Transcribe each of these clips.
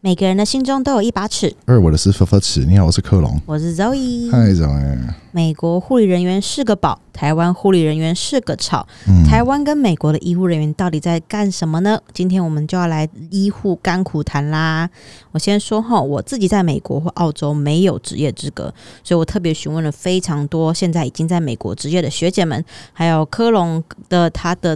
每个人的心中都有一把尺。 我的是佛佛尺。你好，我是克隆。 我是 Zoe。 嗨，Zoe。 美国护理人员是个宝，台湾护理人员是个草。台湾跟美国的医护人员到底在干什么呢？今天我们就要来医护甘苦谈啦。我先说我自己在美国或澳洲没有职业资格，所以我特别询问了非常多现在已经在美国职业的学姐们，还有科隆的他的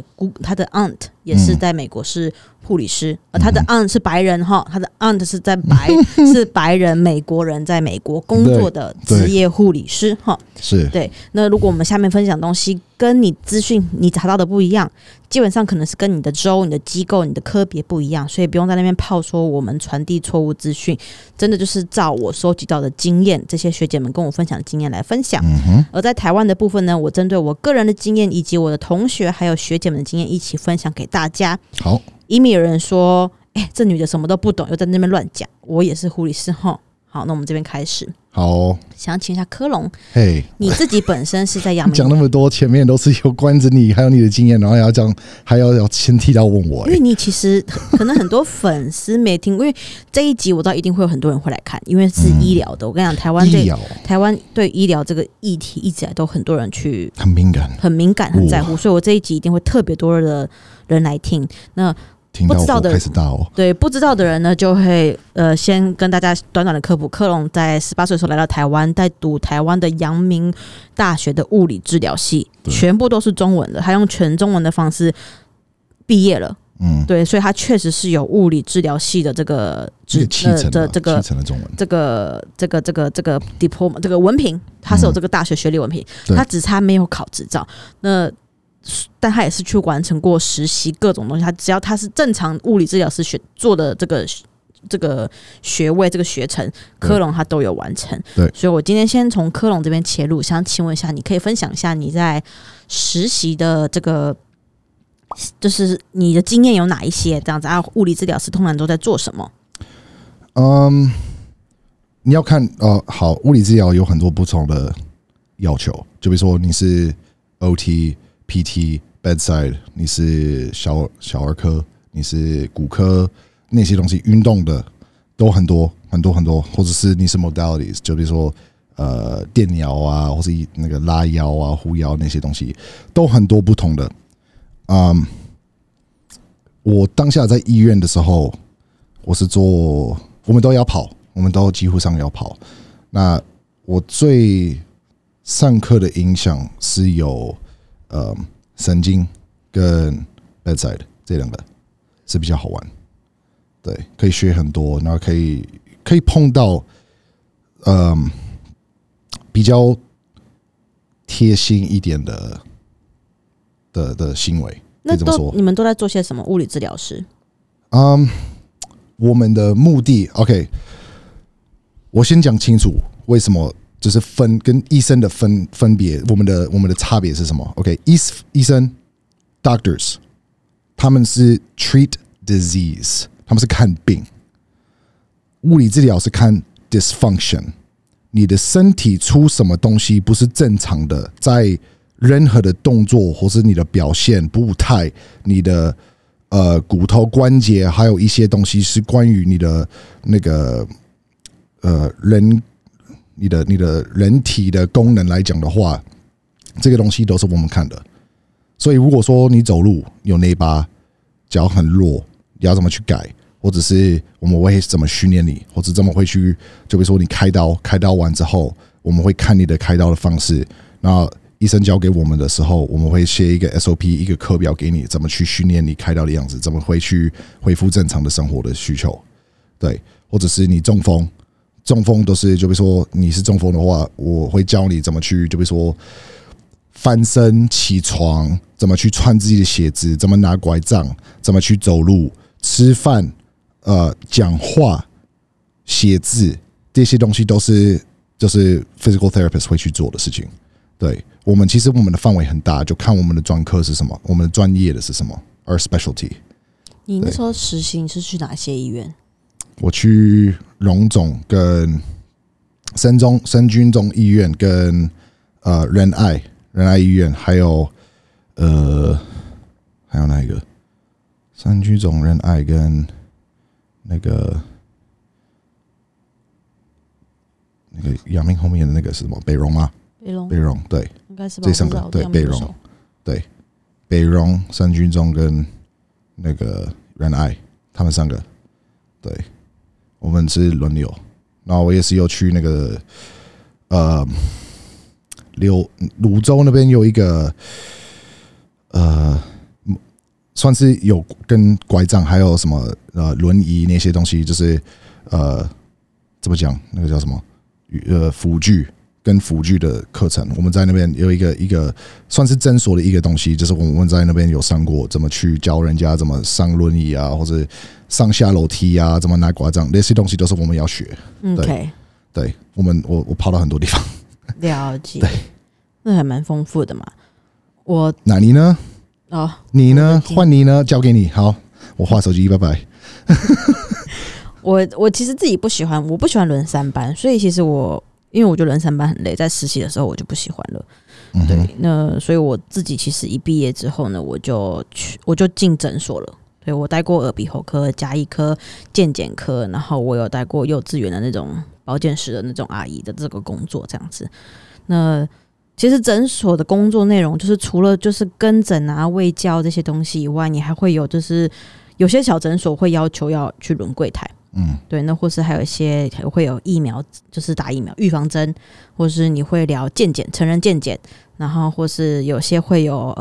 aunt 也是在美国是护理师，他的 aunt 是白人他的 aunt 是白人美国人，在美国工作的职业护理师是对。那如果我们下面分享的东西跟你资讯你查到的不一样，基本上可能是跟你的州、你的机构、你的科别不一样，所以不用在那边泡说我们传递错误资讯，真的就是照我收集到的经验，这些学姐们跟我分享的经验来分享。而在台湾的部分呢，我针对我个人的经验以及我的同学还有学姐们的经验一起分享给大家。 好， 以免有人说这女的什么都不懂又在那边乱讲，我也是护理师好，那我们这边开始。 好， 想请一下科隆， 你自己本身是在阳明讲那么多，前面都是有关着你还有你的经验，然后还要先提到问我， 因为你其实可能很多粉丝没听过，因为这一集我知道一定会有很多人会来看，因为是医疗的。我跟你讲，台湾对医疗这个议题一直来都很多人去很敏感很在乎，所以我这一集一定会特别多的人来听。那不知道的开始大哦， 对，不知道的人呢，就会先跟大家短短的科普。科隆在18岁的时候来到台湾，在读台湾的阳明大学的物理治疗系，全部都是中文的，他用全中文的方式毕业了。对，所以他确实是有物理治疗系的这个 7成的中文， 这个 diploma 这个文凭，他是有这个大学学历文凭，他只差没有考执照。但他也是去完成过实习各种东西，只要他是正常物理治疗师做的这个学位这个学程，科隆他都有完成。对，所以我今天先从科隆这边切入，想请问一下，你可以分享一下你在实习的这个，就是你的经验有哪一些？这样子物理治疗师通常都在做什么？ 你要看好，物理治疗有很多不同的要求，就比如说你是 OT、PT、Bedside， 你是小儿科，你是骨科，那些东西运动的都很多，或者是你是 modalities， 就比如说电疗啊，或是那个拉腰啊、护腰那些东西都很多不同的。我当下在医院的时候，我们都要跑，我们都几乎上要跑。那我最上课的影响是有神经跟 bedside 这两个是比较好玩，对，可以学很多，然后可以碰到比较贴心一点的行为。 那你们都在做些什么？物理治疗师？ 我们的目的 ，OK， 我先讲清楚为什么。就是跟医生的分别，我们的差别是什么 ？OK， 医生 doctors， 他们是 treat disease， 他们是看病；物理治疗是看 dysfunction， 你的身体出什么东西不是正常的，在任何的动作或是你的表现、步态、你的骨头关节，还有一些东西是关于你的那个你的人体的功能来讲的话，这个东西都是我们看的。所以如果说你走路有内八，脚很弱，你要怎么去改，或者是我们会怎么训练你，或者怎么会去，就比如说你开刀完之后，我们会看你的开刀的方式，然后医生交给我们的时候，我们会写一个 SOP 一个课表给你，怎么去训练你开刀的样子，怎么会去恢复正常的生活的需求，对，或者是你中风都是，就比如说你是中风的话，我会教你怎么去，就比如说翻身、起床，怎么去穿自己的鞋子，怎么拿拐杖，怎么去走路、吃饭、讲话、写字，这些东西都是就是 physical therapist 会去做的事情。对，其实我们的范围很大，就看我们的专科是什么，我们的专业的是什么 ，our specialty。 你那时候实习你是去哪些医院？ 我去荣总跟深军总医院跟仁爱医院，还有哪一个？深军总仁爱跟那个阳明后面的那个是什么？北荣吗？北荣对， 应该是吧？ 这三个对北荣对北荣、三军中跟那个仁爱，他们3个对，我们是轮流。然后我也是有去那个泸州那边有一个算是有跟拐杖还有什么轮椅那些东西，就是怎么讲那个叫什么辅具跟辅具的课程，我们在那边有一个算是诊所的一个东西，就是我们在那边有上过怎么去教人家怎么上轮椅啊，或者上下楼梯啊，怎么拿拐杖，那些东西都是我们要学。对，我跑到很多地方。 了解， 对， 那还蛮丰富的嘛。 那你呢？ 哦， 你呢？换你呢？交给你。好，我划手机，拜拜。 我其实自己不喜欢，我不喜欢轮3班，所以其实因为我觉得轮3班很累，在实习的时候我就不喜欢了。对，那所以我自己其实一毕业之后呢，我就进诊所了。对，我带过耳鼻喉科、家医科、健检科，然后我有带过幼稚园的那种保健室的那种阿姨的这个工作，这样子。那其实诊所的工作内容就是除了就是跟诊啊、卫教这些东西以外，你还会有就是有些小诊所会要求要去轮柜台。对，那或是还有一些会有疫苗，就是打疫苗预防针，或是你会聊健检、成人健检，然后或是有些会有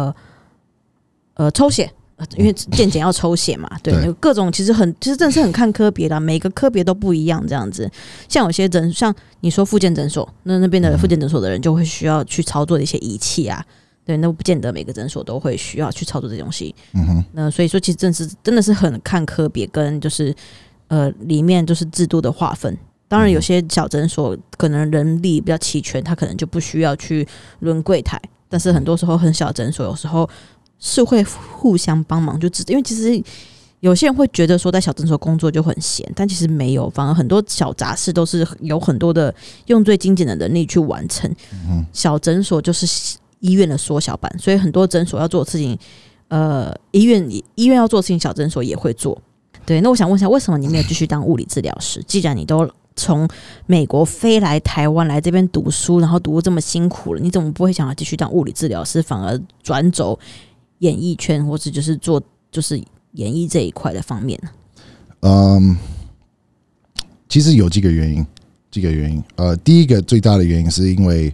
抽血。因为健检要抽血嘛，对，各种其实真的是很看科别的，每个科别都不一样这样子。像有些像你说复健诊所，那边的复健诊所的人就会需要去操作的一些仪器啊，对，那不见得每个诊所都会需要去操作这些东西。那所以说其实真的是很看科别跟就是里面就是制度的划分。当然有些小诊所可能人力比较齐全，他可能就不需要去轮柜台，但是很多时候很小诊所有时候是会互相帮忙，因为其实有些人会觉得说在小诊所工作就很闲，但其实没有，反而很多小杂事都是有很多的用最精简的能力去完成。小诊所就是医院的缩小版，所以很多诊所要做的事情，医院要做的事情，小诊所也会做。对，那我想问一下，为什么你没有继续当物理治疗师？既然你都从美国飞来台湾来这边读书，然后读这么辛苦了，你怎么不会想要继续当物理治疗师，反而转走演艺圈，或是就是做就是演艺这一块的方面呢？ 其实有几个原因。第一个最大的原因是因为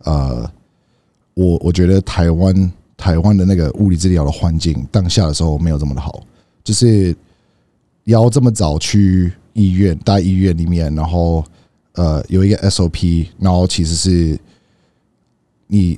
我觉得台湾的那个物理治疗的环境，当下的时候没有这么的好，就是要这么早去医院，大医院里面，然后有一个 SOP， 然后其实是你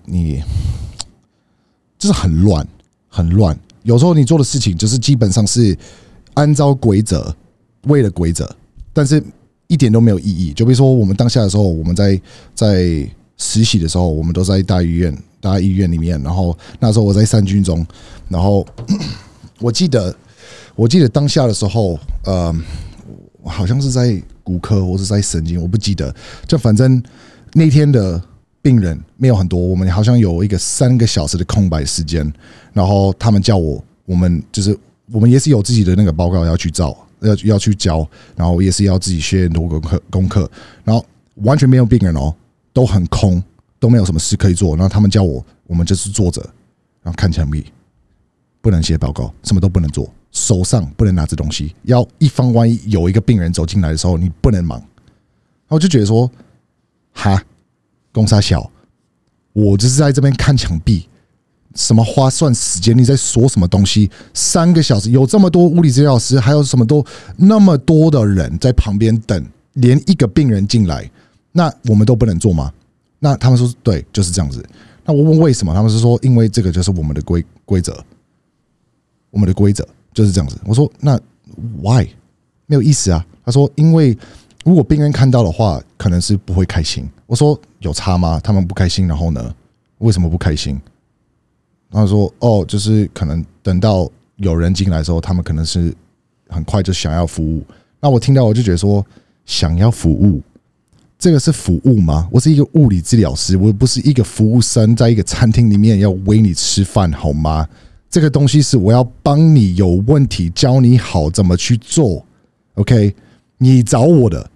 就是很乱。有时候你做的事情就是基本上是按照规则，为了规则，但是一点都没有意义。就比如说我们当下的时候，我们在实习的时候，我们都在大医院里面，然后那时候我在三军中，然后我记得当下的时候，好像是在骨科或是在神经，我不记得，就反正那天的病人没有很多，我们好像有一个3个小时的空白时间，然后他们叫我们也是有自己的那个报告要去照，要去交，然后也是要自己学很多功课，然后完全没有病人哦，都很空，都没有什么事可以做，然后他们叫我们就是坐着，然后看墙壁，不能写报告，什么都不能做，手上不能拿着东西，要一方万一有一个病人走进来的时候，你不能忙。然后我就觉得说，哈。公杀小，我就是在这边看墙壁，什么花算时间？你在说什么东西？3个小时，有这么多物理治疗师，还有什么都那么多的人在旁边等，连一个病人进来，那我们都不能做吗？那他们说对，就是这样子。那我问为什么？他们是说因为这个就是我们的规则，我们的规则就是这样子。我说那 why 没有意思啊？他说因为如果病人看到的话，可能是不会开心。我说有差吗？他们不开心，然后呢？为什么不开心？然后说哦，就是可能等到有人进来的时候，他们可能是很快就想要服务。那我听到我就觉得说，想要服务，这个是服务吗？我是一个物理治疗师，我不是一个服务生，在一个餐厅里面要喂你吃饭，好吗？这个东西是我要帮你有问题，教你好怎么去做。OK， 你找我的，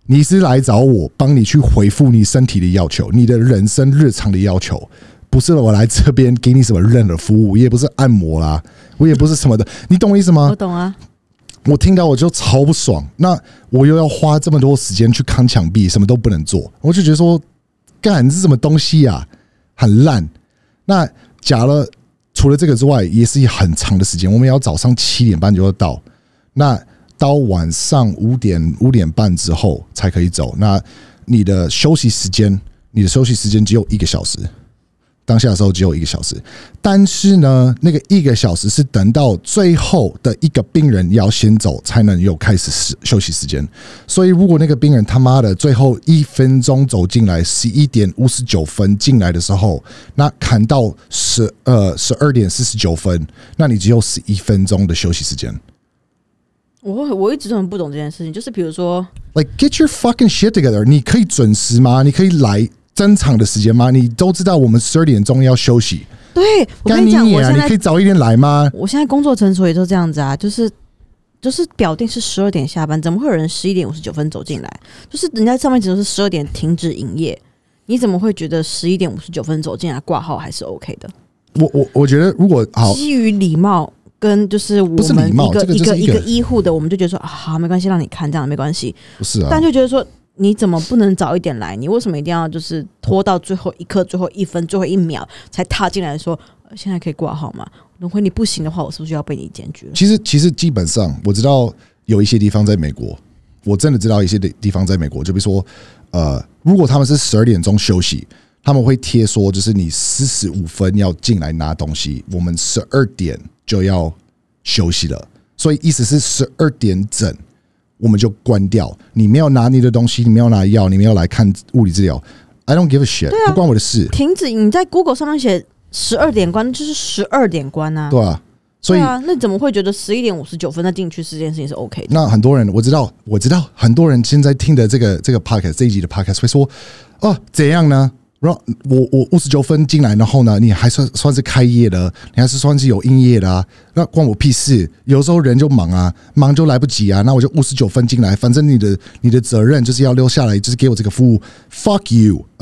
你是来找我帮你去回复你身体的要求，你的人生日常的要求，不是我来这边给你什么任何服务，也不是按摩啦，我也不是什么的，你懂我意思吗？ 我懂啊。 我听到我就超不爽，那我又要花这么多时间去看墙壁，什么都不能做，我就觉得说，干这是什么东西啊，很烂。那除了这个之外，也是很长的时间，我们要早上7点半就要到，那到晚上5点半之后才可以走。那你的休息时间只有1个小时。当下的时候只有1个小时，但是呢，那个1个小时是等到最后的一个病人要先走，才能有开始休息时间。所以，如果那个病人他妈的最后1分钟走进来，11点59分进来的时候，那砍到12点49分，那你只有11分钟的休息时间。 我一直都很不懂这件事情，就是比如说 ，like get your fucking shit together， 你可以准时吗？你可以来正常的时间吗？你都知道我们12点钟要休息。 对，我跟你讲，我现在你可以早一点来吗？ 我现在工作诊所也都这样子啊，就是表定是12点下班，怎么会有人11点59分走进来？就是人家上面只是12点停止营业，你怎么会觉得11点59分走进来挂号还是 OK 的？ 我觉得如果好， 基于礼貌跟就是我们一个医护的，我们就觉得说好没关系，让你看这样没关系， 不是啊？但就觉得说。你怎么不能早一点来？你为什么一定要就是拖到最后一刻、最后1分、最后1秒才踏进来说现在可以挂号吗？如果你不行的话，我是不是就要被你检举了？ 其实基本上我知道有一些地方在美国，我真的知道一些地方在美国，就比如说如果他们是12点钟休息，他们会贴说就是你45分要进来拿东西，我们12点就要休息了，所以意思是12点整。我们就关掉，你没有拿你的东西，你没有拿药，你没有来看物理治疗 ，I don't give a shit，不关我的事。 停止，你在 Google 上面写12点关，就是12点关啊。 对啊，所以那怎么会觉得11点59分再进去这件事情是 OK 的？ 那很多人我知道很多人现在听的这个 podcast 这一集的 podcast 会说，怎样呢？然后我59分进来，然后呢，你还算是开业的，你还是算是有营业的啊？那关我屁事！有时候人就忙啊，忙就来不及啊。那我就59分进来，反正你的责任就是要留下来，就是给我这个服务。Fuck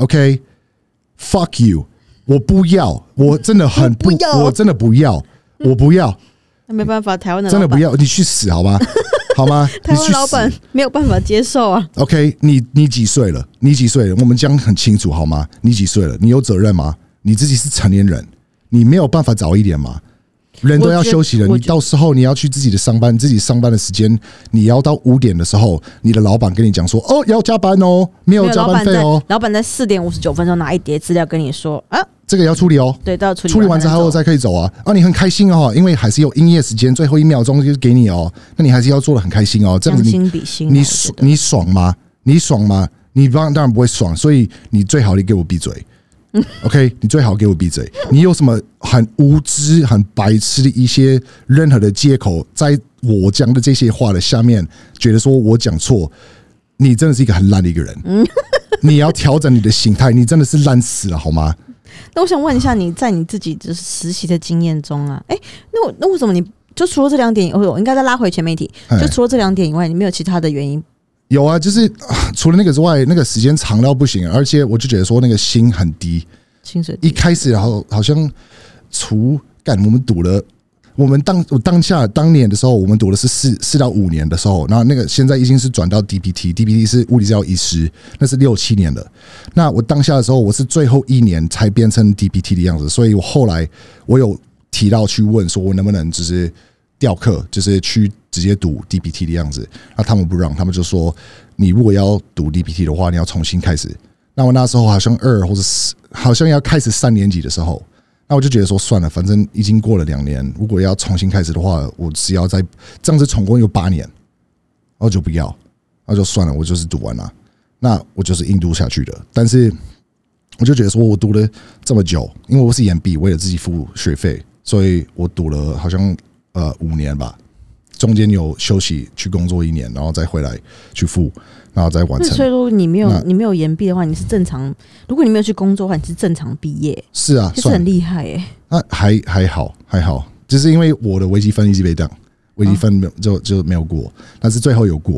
you，OK？Fuck you！ 我不要，我真的很不要，我真的不要，我不要。 那没办法，台湾的真的不要，你去死好吗？好吗？ 台湾老板没有办法接受啊。 OK， 你几岁了？你几岁了？我们讲很清楚好吗？你几岁了？你有责任吗？你自己是成年人，你没有办法早一点吗？人都要休息了，你到时候你要去自己上班的时间，你要到5点的时候，你的老板跟你讲说，要加班哦，没有加班费哦。 老板在4点59分钟拿一叠资料跟你说啊。 这个要处理哦， 对，都要处理。 处理完之后才可以走啊！你很开心哦，因为还是有营业时间，最后1秒钟就给你哦，那你还是要做得很开心哦。这样子你爽吗？你爽吗？你当然不会爽，所以你最好你给我闭嘴。OK， 你最好给我闭嘴。你有什么很无知、很白痴的一些任何的借口，在我讲的这些话的下面，觉得说我讲错，你真的是一个很烂的一个人。你要调整你的心态，你真的是烂死了好吗？ 那我想问一下，你在你自己就是实习的经验中啊，那为什么你就除了这2点，我应该再拉回前面一题，就除了这2点以外，你没有其他的原因？ 有啊，就是除了那个之外，那个时间长到不行，而且我就觉得说那个薪很低， 薪水一开始好像我们读了。我当年的时候，我们读的是4到5年的时候，那个现在已经是转到 DPT 是物理治疗医师，那是6、7年的。那我当下的时候，我是最后1年才变成 DPT 的样子，所以我后来我有提到去问说，我能不能就是调课，就是去直接读 DPT 的样子。那他们不让，他们就说你如果要读 DPT 的话，你要重新开始。那我那时候好像2或者好像要开始3年级的时候。那我就觉得说算了，反正已经过了2年，如果要重新开始的话，我只要再这样子总共有8年，然后就不要，那就算了，我就是读完了，那我就是硬读下去的。但是我就觉得说我读了这么久，因为我是延毕，为了自己付学费，所以我读了好像5年吧，中间有休息去工作1年，然后再回来去付。然后再完成。 所以说你没有延毕的话，你是正常。如果你没有去工作的话，你是正常毕业。 是啊， 其实很厉害耶。 那还好，就是因为我的微积分一直被当，微积分就没有过，但是最后有过。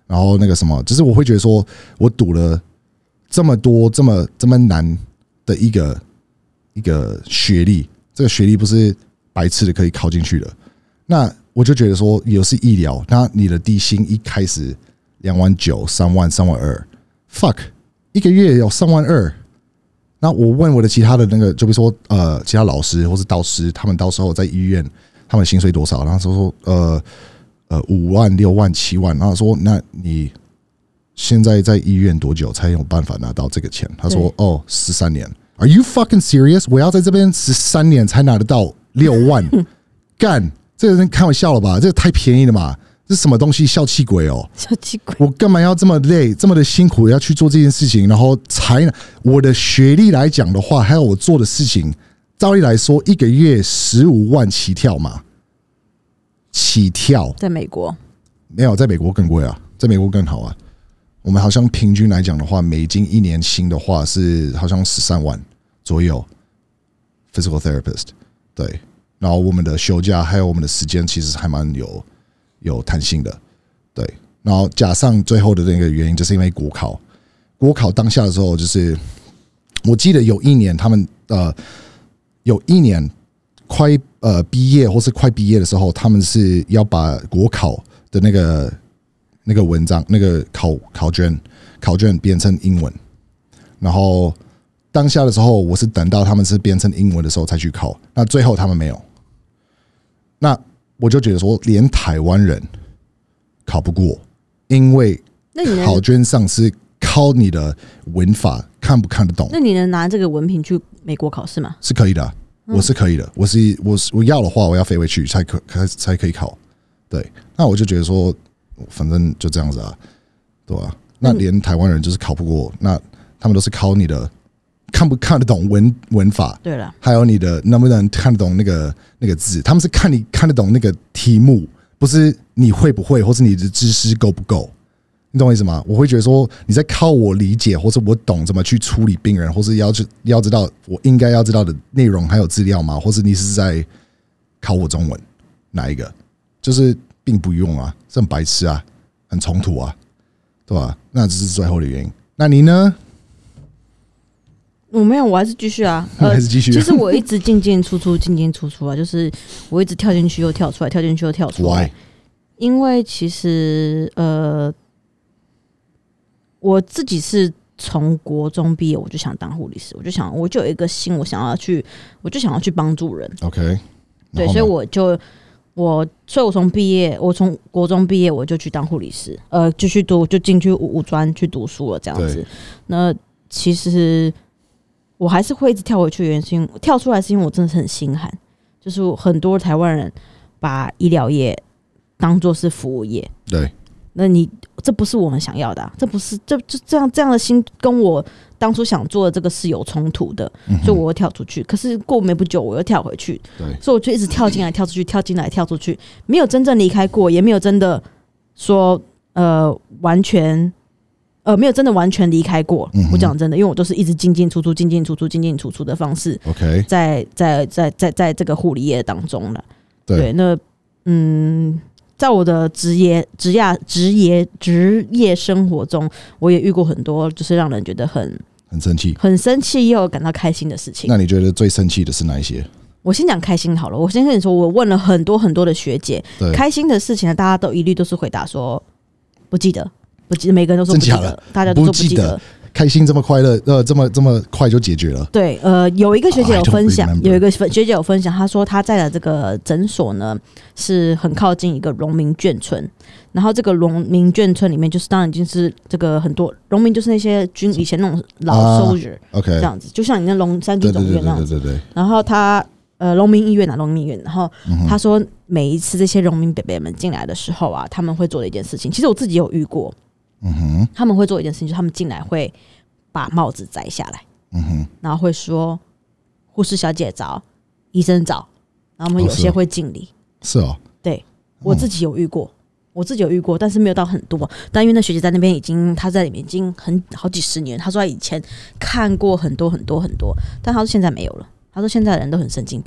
然后那个什么，就是我会觉得说，我赌了这么多这么难的一个学历，这个学历不是白痴的可以考进去的。那我就觉得说，有是医疗，那你的底薪一开始29000、30000、32000，fuck， 一个月有32000。那我问我的其他的那个，就比如说其他老师或是导师，他们到时候在医院，他们薪水多少？然后说5万、6万、7万，然后说那你现在在医院多久才有办法拿到这个钱？他说13年。Are you fucking serious？ 我要在这边13年才拿得到6万？干，这个人开玩笑了吧？这个太便宜了嘛！这是什么东西？笑气鬼哦！ 笑气鬼！ 我干嘛要这么累、这么的辛苦要去做这件事情？然后我的学历来讲的话，还有我做的事情，照理来说，一个月15万起跳嘛，起跳。 在美国没有，在美国更贵啊，在美国更好啊。我们好像平均来讲的话，美金一年薪的话是好像13万左右 ，physical therapist 对。然后我们的休假还有我们的时间，其实还蛮有弹性的，对。然后加上最后的那个原因，就是因为国考当下的时候，就是我记得有一年他们有一年快毕业或是快毕业的时候，他们是要把国考的那个文章那个考卷变成英文，然后当下的时候，我是等到他们是变成英文的时候才去考，那最后他们没有，那我就觉得说，连台湾人考不过，因为考卷上是考你的文法看不看得懂。 那你能拿这个文凭去美国考试吗？ 是可以的，我是可以的。我要的话，我要飞回去才可以考。对，那我就觉得说，反正就这样子啊，对吧？那连台湾人就是考不过，那他们都是考你的看不看得懂文法， 对了， 还有你的能不能看得懂那个字，他们是看你看得懂那个题目，不是你会不会，或是你的知识够不够，你懂我意思吗？我会觉得说你在考我理解，或是我懂怎么去处理病人，或是要知道我应该要知道的内容还有资料吗？或是你是在考我中文哪一个？就是并不用啊，这很白痴啊，很冲突啊，对吧？那这是最后的原因。那你呢？ 我没有，我还是继续啊， 还是继续。 其实我一直进进出出啊，就是我一直跳进去又跳出来，跳进去又跳出来。因为其实我自己是从国中毕业，我就想当护理师，我就有一个心，我就想要去帮助人。 OK， 对，所以我从国中毕业我就去当护理师，就去读，就进去五专去读书了这样子。那其实我还是会一直跳回去的原因，跳出来是因为我真的是很心寒，就是很多台湾人把医疗业当作是服务业， 对， 那这不是我们想要的啊，就这样的心跟我当初想做的这个是有冲突的，所以我会跳出去。可是过没不久我又跳回去，所以我就一直跳进来跳出去，跳进来跳出去，没有真正离开过，也没有真的说完全没有真的完全离开过。我讲真的，因为我都是一直进进出出的方式， OK， 在这个护理业当中了。对，那在我的职业生活中，我也遇过很多就是让人觉得很生气又感到开心的事情。 那你觉得最生气的是哪一些？ 我先讲开心好了。我先跟你说，我问了很多很多的学姐，开心的事情呢，大家都一律都是回答说不记得，每个人都说不记得，大家都说不记得。 开心这么快乐，这么快就解决了。 对，有一个学姐有分享，她说她在的这个诊所呢是很靠近一个农民眷村，然后这个农民眷村里面就是当然就是这个很多农民就是那些以前那种老 soldier， OK， 这样子，就像你那三军总院那样子。 对。 然后他农民医院，然后他说每一次这些农民伯伯们进来的时候啊，他们会做的一件事情，其实我自己有遇过。他们会做一件事情，就是他们进来会把帽子摘下来，然后会说护士小姐早，医生早，然后他们有些会敬礼。 是哦， 对，我自己有遇过，但是没有到很多。但因为那学姐在那边她在里面已经好几十年，她说她以前看过很多，但她说现在没有了。她说现在的人都很神经病，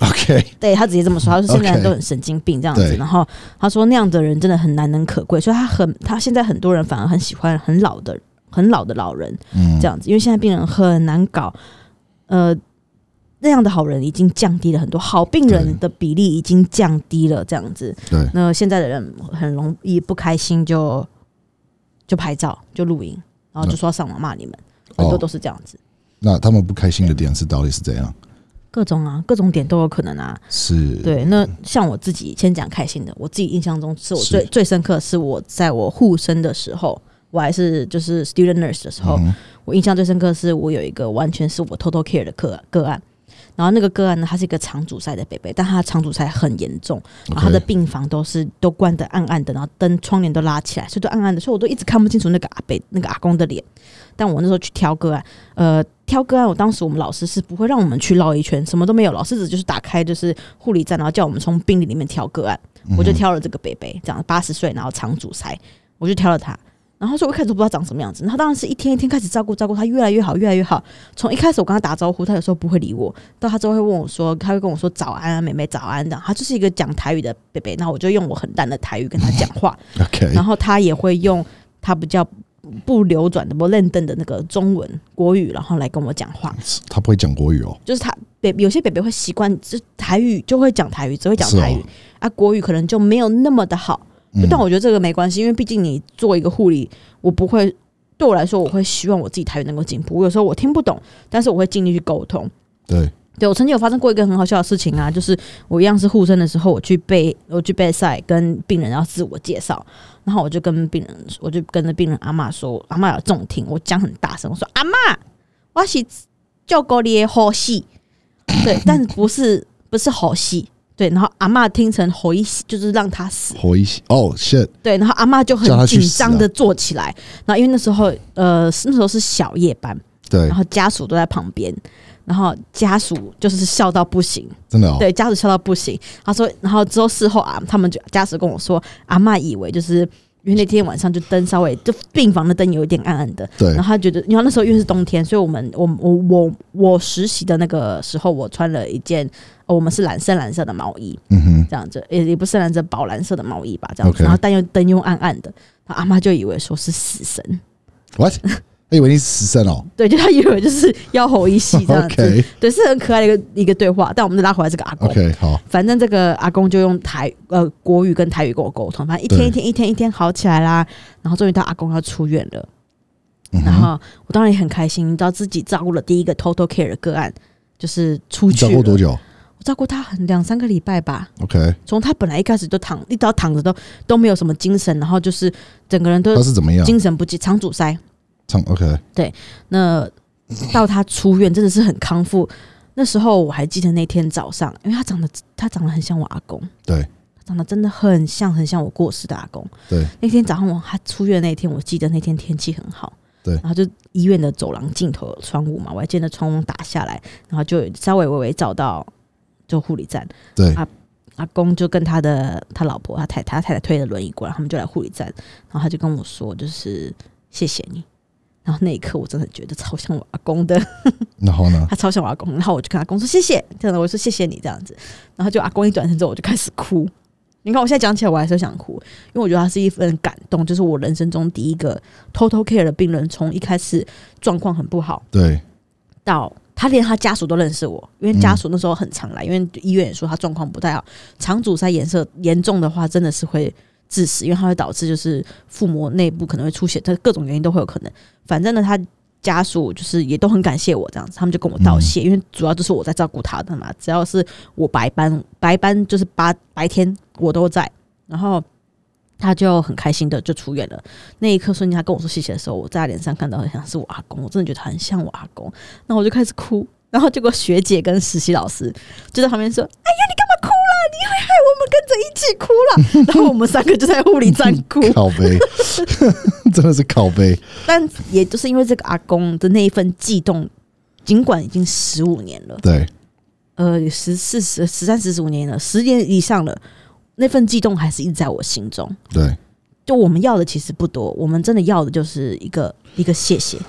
OK， 对他直接这么说，他说现在人都很神经病这样子，然后他说那样的人真的很难能可贵，所以他现在很多人反而很喜欢很老的老人，这样子，因为现在病人很难搞，那样的好人已经降低了很多，好病人的比例已经降低了，这样子。对，那现在的人很容易不开心就拍照就录影，然后就说要上网骂你们，很多都是这样子。 那他们不开心的点是到底是怎样？ 各种点都有可能啊。是，对。那像我自己先讲开心的，我自己印象中是我最深刻，是我在我护生的时候，我还是就是 student nurse 的时候，我印象最深刻是我有一个完全是我 total care 的个案。然后那个个案呢，他是一个肠阻塞的伯伯，但他的肠阻塞很严重，然后他的病房都关得暗暗的，然后窗帘都拉起来，所以都暗暗的，所以我都一直看不清楚那个阿公的脸。但我那时候去挑个案，我当时我们老师是不会让我们去绕一圈，什么都没有，老师只就是打开就是护理站，然后叫我们从病历里面挑个案，我就挑了这个伯伯，这样80岁，然后肠阻塞，我就挑了他。然后说我一开始都不知道长什么样子，然后当然是一天一天开始照顾他，越来越好，越来越好。从一开始我跟他打招呼，他有时候不会理我，到他之后会问我说，他会跟我说早安啊，妹妹早安这样。他就是一个讲台语的伯伯，然后我就用我很淡的台语跟他讲话，然后他也会用他比较不流转的、不认真的那个中文国语，然后来跟我讲话。 他不会讲国语哦， 就是他有些伯伯会习惯，就台语就会讲台语，只会讲台语啊，国语可能就没有那么的好。但我觉得这个没关系，因为毕竟你做一个护理，我不会，对我来说，我会希望我自己台语能够进步。有时候我听不懂，但是我会尽力去沟通。对，我曾经有发生过一个很好笑的事情啊，就是我一样是护生的时候，我去备赛，跟病人要自我介绍，然后我就跟着病人阿嬷说，阿嬷有重听，我讲很大声，我说阿嬷，我是照顾你的好戏，对，但不是好戏。对，然后阿嬷听成吼一喜，就是让他死。吼一喜哦 ，shit。对，然后阿嬷就很紧张的坐起来，然后因为那时候是小夜班，对，然后家属都在旁边，然后家属就是笑到不行，真的哦，对，家属笑到不行。他说，然后之后事后他们家属跟我说，阿嬷以为就是因为那天晚上就灯稍微就病房的灯有一点暗暗的，对，然后他觉得，因为那时候因为是冬天，所以我实习的那个时候，我穿了一件。我们是深蓝色的毛衣，这样子也不是蓝色，宝蓝色的毛衣吧，这样子。然后但灯又暗暗的，然后阿嬷就以为说是死神 ，what？ 他以为你是死神哦？ 对，就他以为就是要吼一戏这样子，对，是很可爱的一个对话。但我们再拉回来这个阿公 ，OK， 好，反正这个阿公就用国语跟台语跟我沟通，反正一天好起来啦。然后终于到阿公要出院了，然后我当然也很开心，你知道自己照顾了第一个 total care 的个案，就是出去了。 照顾多久？ 照顾他2-3个礼拜吧。 OK， 从他本来一开始就一直躺着都没有什么精神，然后就是整个人都他是怎么样？ 精神不济，肠阻塞。 OK， 对。 那到他出院真的是很康复。那时候我还记得那天早上，因为他长得很像我阿公，对，他长得真的很像我过世的阿公。对，那天早上他出院那天，我记得那天天气很好。对，然后就医院的走廊尽头有窗户嘛，我还见到窗户打下来，然后就稍微微微照到。就护理站，对，阿公就跟他老婆他太太推着轮椅过来，他们就来护理站，然后他就跟我说，就是谢谢你。然后那一刻我真的觉得超像我阿公的， 然后呢， 他超像我阿公，然后我就跟阿公说谢谢，这样的我说谢谢你这样子，然后就阿公一转身之后我就开始哭。你看我现在讲起来我还是想哭，因为我觉得他是一份感动，就是我人生中第一个 total care 的病人，从一开始状况很不好，对，到他连他家属都认识我，因为家属那时候很常来，因为医院也说他状况不太好，肠阻塞严重的话真的是会致死，因为它会导致就是腹膜内部可能会出血，各种原因都会有可能。反正呢，他家属就是也都很感谢我这样子，他们就跟我道谢，因为主要就是我在照顾他的嘛，只要是我白班就是白天我都在，然后他就很开心的就出院了。那一刻瞬间他跟我说谢谢的时候，我在他脸上看到很像是我阿公，我真的觉得很像我阿公，然后我就开始哭，然后结果学姐跟实习老师就在旁边说，哎呀你干嘛哭啦，你会害我们跟着一起哭啦。然后我们3个就在护理站哭靠背真的是靠背。 但也就是因为这个阿公的那一份悸动，尽管已经15年了，对13-15年了，10年以上了，那份悸动还是一直在我心中。对，就我们要的其实不多，我们真的要的就是一个谢谢，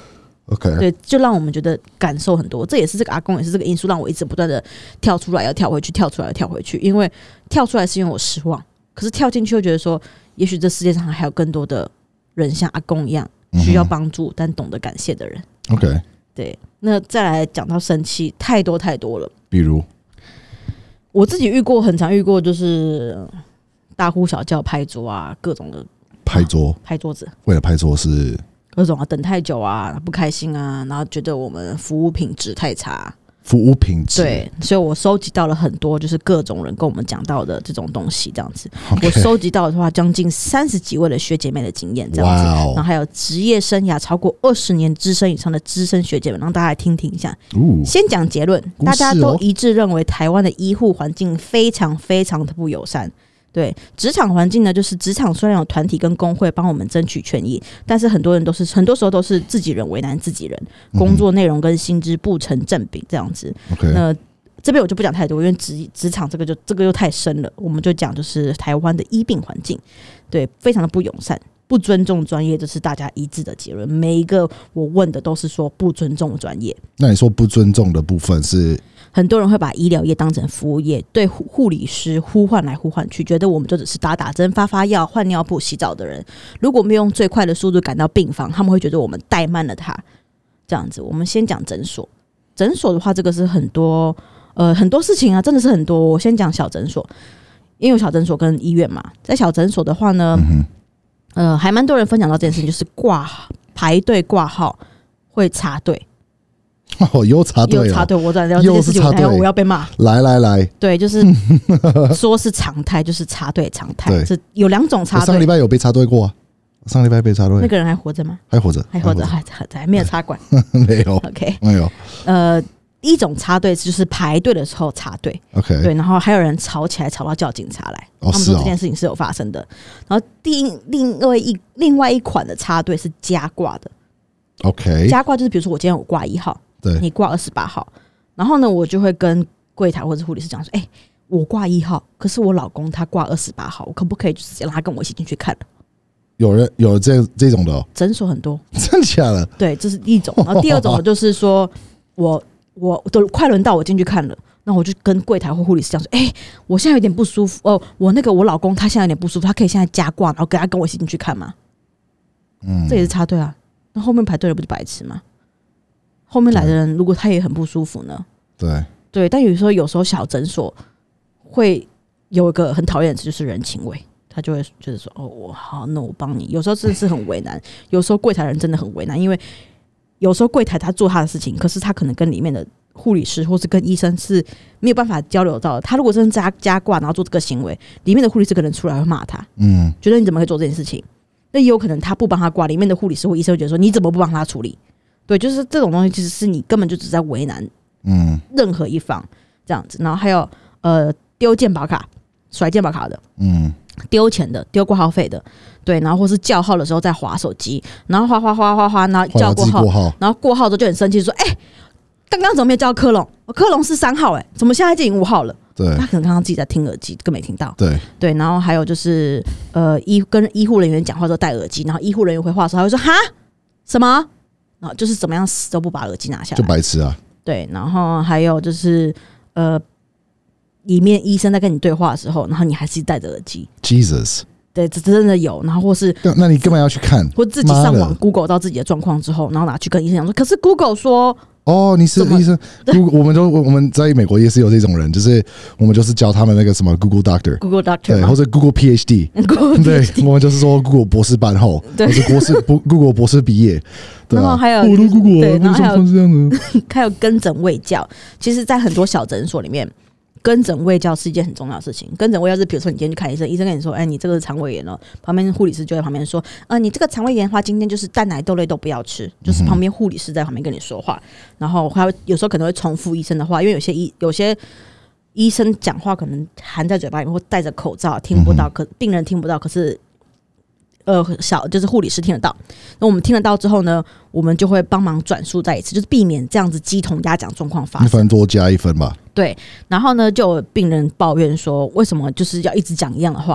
OK， 对，就让我们觉得感受很多。这也是这个阿公也是这个因素，让我一直不断的跳出来，要跳回去，跳出来，跳回去。因为跳出来是因为我失望，可是跳进去又觉得说，也许这世界上还有更多的人像阿公一样需要帮助，但懂得感谢的人。 OK， 对。那再来讲到生气，太多太多了。 比如我自己很常遇过，就是大呼小叫、拍桌啊，各种的拍桌， 拍桌子， 为了拍桌是各种啊，等太久啊，不开心啊，然后觉得我们服务品质太差。 服务品质， 对，所以我收集到了很多，就是各种人跟我们讲到的这种东西，这样子。 Okay， 我收集到的话，将近30几位的学姐妹的经验，这样子。 Wow， 然后还有职业生涯超过20年资深以上的资深学姐们，让大家来听听一下。先讲结论，大家都一致认为台湾的医护环境非常非常的不友善。对，职场环境呢，就是职场虽然有团体跟工会帮我们争取权益，但是很多时候都是自己人为难自己人，工作内容跟薪资不成正比这样子。那这边我就不讲太多，因为职场这个就太深了，我们就讲就是台湾的医病环境，对，非常的不友善。不尊重专业，这是大家一致的结论。每一个我问的都是说不尊重专业。 那你说不尊重的部分是？ 很多人会把医疗业当成服务业，对护理师呼唤来呼唤去，觉得我们就只是打打针、发药、换尿布、洗澡的人。如果没有用最快的速度赶到病房，他们会觉得我们怠慢了他。这样子，我们先讲诊所。诊所的话，这个是很多事情啊，真的是很多。我先讲小诊所，因为有小诊所跟医院嘛。在小诊所的话呢，还蛮多人分享到这件事情，就是排队挂号会插队。 又插队了， 又插队，我在聊这件事情，我要被骂。 来， 对，就是说是常态，就是插队常态，是有2种插队。 上礼拜有被插队过啊，上礼拜被插队， 那个人还活着吗？ 还活着， 还没有插管， 没有 ，OK， 没有。 一种插队就是排队的时候插队 ，OK， 对，然后还有人吵起来，吵到叫警察来，他们说这件事情是有发生的。然后另外一款的插队是加挂的 ，OK， 加挂就是比如说我今天我挂1号。你挂28号，然后呢，我就会跟柜台或者护理师讲说：“我挂1号，可是我老公他挂28号，我可不可以就直接让他跟我一起进去看？” 有这种的哦， 诊所很多， 真的假的？ 对，这是一种。然后第二种就是说，我都快轮到我进去看了，那我就跟柜台或护理师讲说：“我现在有点不舒服哦，我老公他现在有点不舒服，他可以现在加挂，然后跟我一起进去看吗？”这也是插队啊。那后面排队的不是白痴吗？后面来的人，如果他也很不舒服呢？对，但有时候小诊所会有一个很讨厌的词，就是人情味，他就会觉得说：“哦，我好，那我帮你。”有时候真的是很为难，有时候柜台人真的很为难，因为有时候柜台他做他的事情，可是他可能跟里面的护理师或是跟医生是没有办法交流到的。他如果真的加挂，然后做这个行为，里面的护理师可能出来会骂他，觉得你怎么可以做这件事情？那也有可能他不帮他挂，里面的护理师或医生会觉得说：“你怎么不帮他处理？”对，就是这种东西，其实是你根本就只在为难，任何一方这样子。然后还有丢健保卡、甩健保卡的，丢钱的、丢挂号费的，对，然后或是叫号的时候在滑手机，然后滑，然后叫过号，然后过号之后就很生气，说：“刚刚怎么没有叫科隆？科隆是3号，怎么现在已经5号了？”对，他可能刚刚自己在听耳机，更没听到。对，然后还有就是跟医护人员讲话之后戴耳机，然后医护人员回话的时候，他会说：“哈，什么？”然后就是怎么样死都不把耳机拿下来， 就白痴啊！对， 然后还有就是里面医生在跟你对话的时候，然后你还是戴着耳机 ，Jesus， 对，这真的有。然后或是那你根本要去看， 或自己上网 Google 到自己的状况之后，然后拿去跟医生讲说，可是 Google 说。 你是医生，我们在美国也是有这种人，就是我们就是教他们那个什么 Google Doctor， 对，或者 Google PhD， 对，我们就是说 Google 博士班后，或是Google 博士毕业，对， 然后还有我都 Google， 对，然后还有是这样的， 还有跟诊卫教，其实，在很多小诊所里面。跟诊卫教是一件很重要的事情。跟诊卫教是，比如说你今天去看医生，医生跟你说，你这个是肠胃炎了，旁边护理师就在旁边说，你这个肠胃炎的话，今天就是蛋奶豆类都不要吃，就是旁边护理师在旁边跟你说话，然后还有时候可能会重复医生的话，因为有些医生讲话可能含在嘴巴里面或戴着口罩听不到，病人听不到，可是就是护理师听得到。那我们听得到之后呢，我们就会帮忙转述再一次，就是避免这样子鸡同鸭讲状况发生。 1分多加1分吧。 对，然后呢，就有病人抱怨说，为什么就是要一直讲一样的话？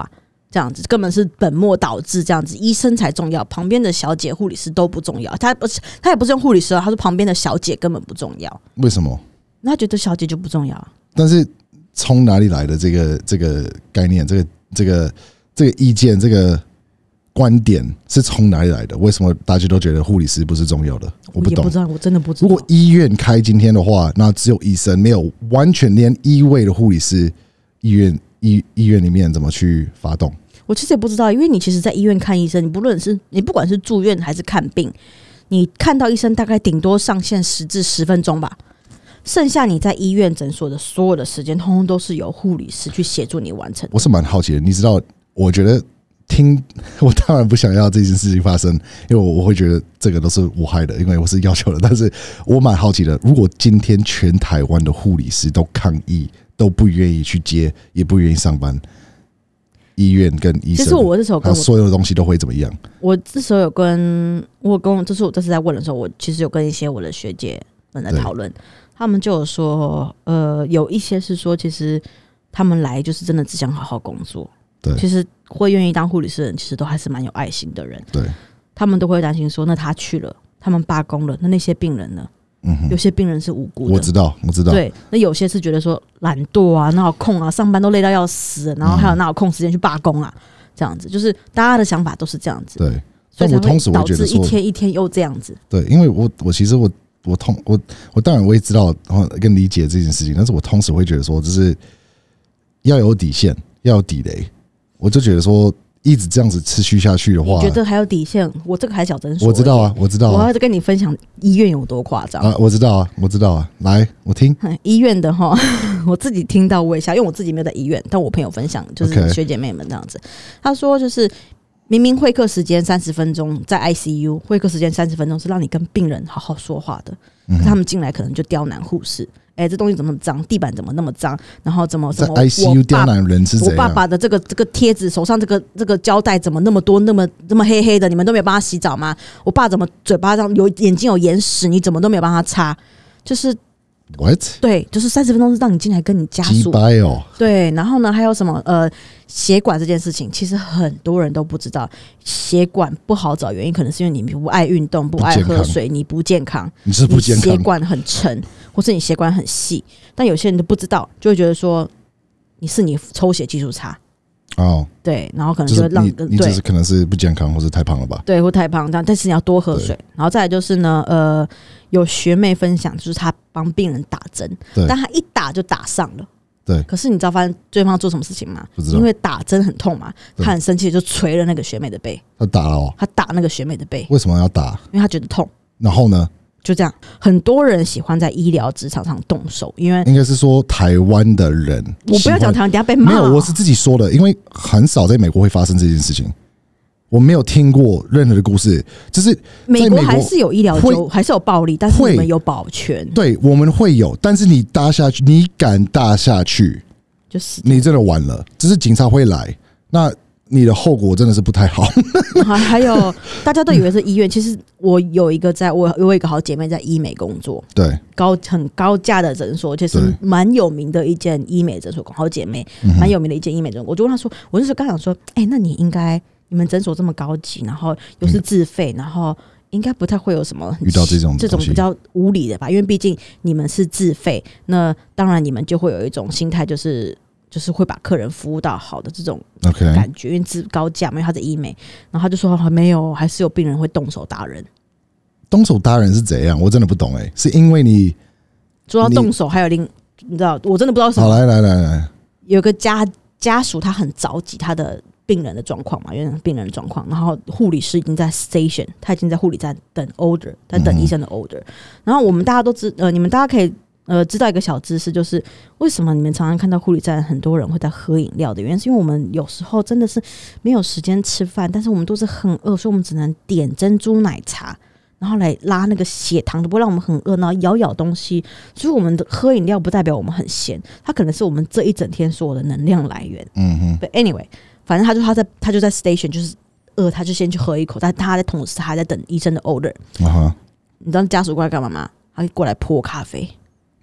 这样子根本是本末倒置，这样子医生才重要，旁边的小姐、护理师都不重要。他也不是用护理师啊，他说旁边的小姐根本不重要。 为什么？ 那他觉得小姐就不重要。 但是从哪里来的这个概念？这个意见，这个观点是从哪里来的？为什么大家都觉得护理师不是重要的？我不懂， 也不知道，我真的不知道。 如果医院开今天的话，那只有医生，没有完全连医卫的护理师，医院里面怎么去发动？ 我其实也不知道，因为你其实在医院看医生，你不管是住院还是看病，你看到医生大概顶多上限10至10分钟吧。剩下你在医院诊所的所有的时间，通通都是由护理师去协助你完成的。 我是蛮好奇的，你知道，我觉得我当然不想要这件事情发生，因为我会觉得这个都是我害的，因为我是要求的。但是我蛮好奇的，如果今天全台湾的护理师都抗议，都不愿意去接，也不愿意上班，医院跟医生， 其实我这时候跟所有的东西都会怎么样？ 我这时候有跟我这次在问的时候，我其实有跟一些我的学姐们在讨论。他们就有说，有一些是说，其实他们来就是真的只想好好工作。 对， 其实会愿意当护理师的人，其实都还是蛮有爱心的人。 对， 他们都会担心说，那他去了，他们罢工了，那些病人呢？有些病人是无辜的， 我知道。对， 那有些是觉得说懒惰啊，哪有空啊，上班都累到要死，然后还有哪有空时间去罢工啊？这样子，就是大家的想法都是这样子。 对， 所以我同时会觉得说， 一天一天又这样子。 对，因为我其实我当然我也知道跟理解这件事情，但是我同时会觉得说，就是要有底线，要有底雷。我就觉得说，一直这样子持续下去的话， 你觉得还有底线？我这个还小诊所， 我知道啊，我知道啊。 我要跟你分享医院有多夸张啊，我知道啊。来，我听医院的哈，我自己听到我也笑，因为我自己没有在医院，但我朋友分享就是学姐妹们这样子，他说就是明明会客时间30分钟，在 ICU 会客时间30分钟是让你跟病人好好说话的，可是他们进来可能就刁难护士。这东西怎么脏？地板怎么那么脏？然后怎么在 ICU 刁难人是怎样？ 我爸爸的这个贴纸，手上这个胶带怎么那么多，那么黑黑的？你们都没有帮他洗澡吗？我爸怎么嘴巴上眼睛有眼屎？你怎么都没有帮他擦？就是 what？ 对，就是30分钟是让你进来跟你家属对，然后呢还有什么血管这件事情，其实很多人都不知道，血管不好找原因，可能是因为你不爱运动、不爱喝水，你不健康， 你是不健康， 血管很沉，或是你血管很细，但有些人都不知道，就会觉得说你抽血技术差。哦，对，然后可能就会让你只是可能是不健康，或是太胖了吧？ 对，或太胖，但是你要多喝水。然后再来就是呢，有学妹分享，就是她帮病人打针，但她一打就打上了。 对， 可是你知道发现对方做什么事情吗？ 不知道， 因为打针很痛嘛，他很生气，就捶了那个学妹的背。 他打了哦， 他打那个学妹的背。 为什么要打？ 因为他觉得痛。 然后呢？ 就这样，很多人喜欢在医疗职场上动手，因为应该是说台湾的人， 我不要讲台湾，等下被骂。 没有，我是自己说的，因为很少在美国会发生这件事情，我没有听过任何的故事。就是美国还是有医疗还是有暴力，但是你们有保全。 对，我们会有，但是你搭下去，你敢搭下去， 就是你真的完了。只是警察会来，那你的后果真的是不太好。 还有大家都以为是医院，其实我有一个好姐妹在医美工作， 对， 很高价的诊所，其实蛮有名的一间医美诊所，好姐妹蛮有名的一间医美诊所。我就问她说，我就是刚想说，那你们诊所这么高级，然后又是自费，然后应该不太会有什么遇到这种比较无理的吧？因为毕竟你们是自费，那当然你们就会有一种心态，就是会把客人服务到好的这种感觉，因为高价嘛，因为他是医美，然后他就说没有，还是有病人会动手打人。 动手打人是怎样？我真的不懂是因为你说到动手，还有你知道，我真的不知道什么。 好，来，有个家属他很着急他的病人的状况嘛，因为病人的状况，然后护理师已经在 station， 他已经在护理站等 order， 在等医生的 order，然后我们大家都你们大家可以。知道一个小知识，就是为什么你们常常看到护理站很多人会在喝饮料的原因，是因为我们有时候真的是没有时间吃饭，但是我们都是很饿，所以我们只能点珍珠奶茶，然后来拉那个血糖，不会让我们很饿，然后咬东西。所以我们的喝饮料不代表我们很闲，它可能是我们这一整天所有的能量来源。But anyway， 反正他就在 station， 就是饿，他就先去喝一口，但他在同时他还在等医生的 order。你知道家属过来干嘛吗？他过来泼咖啡。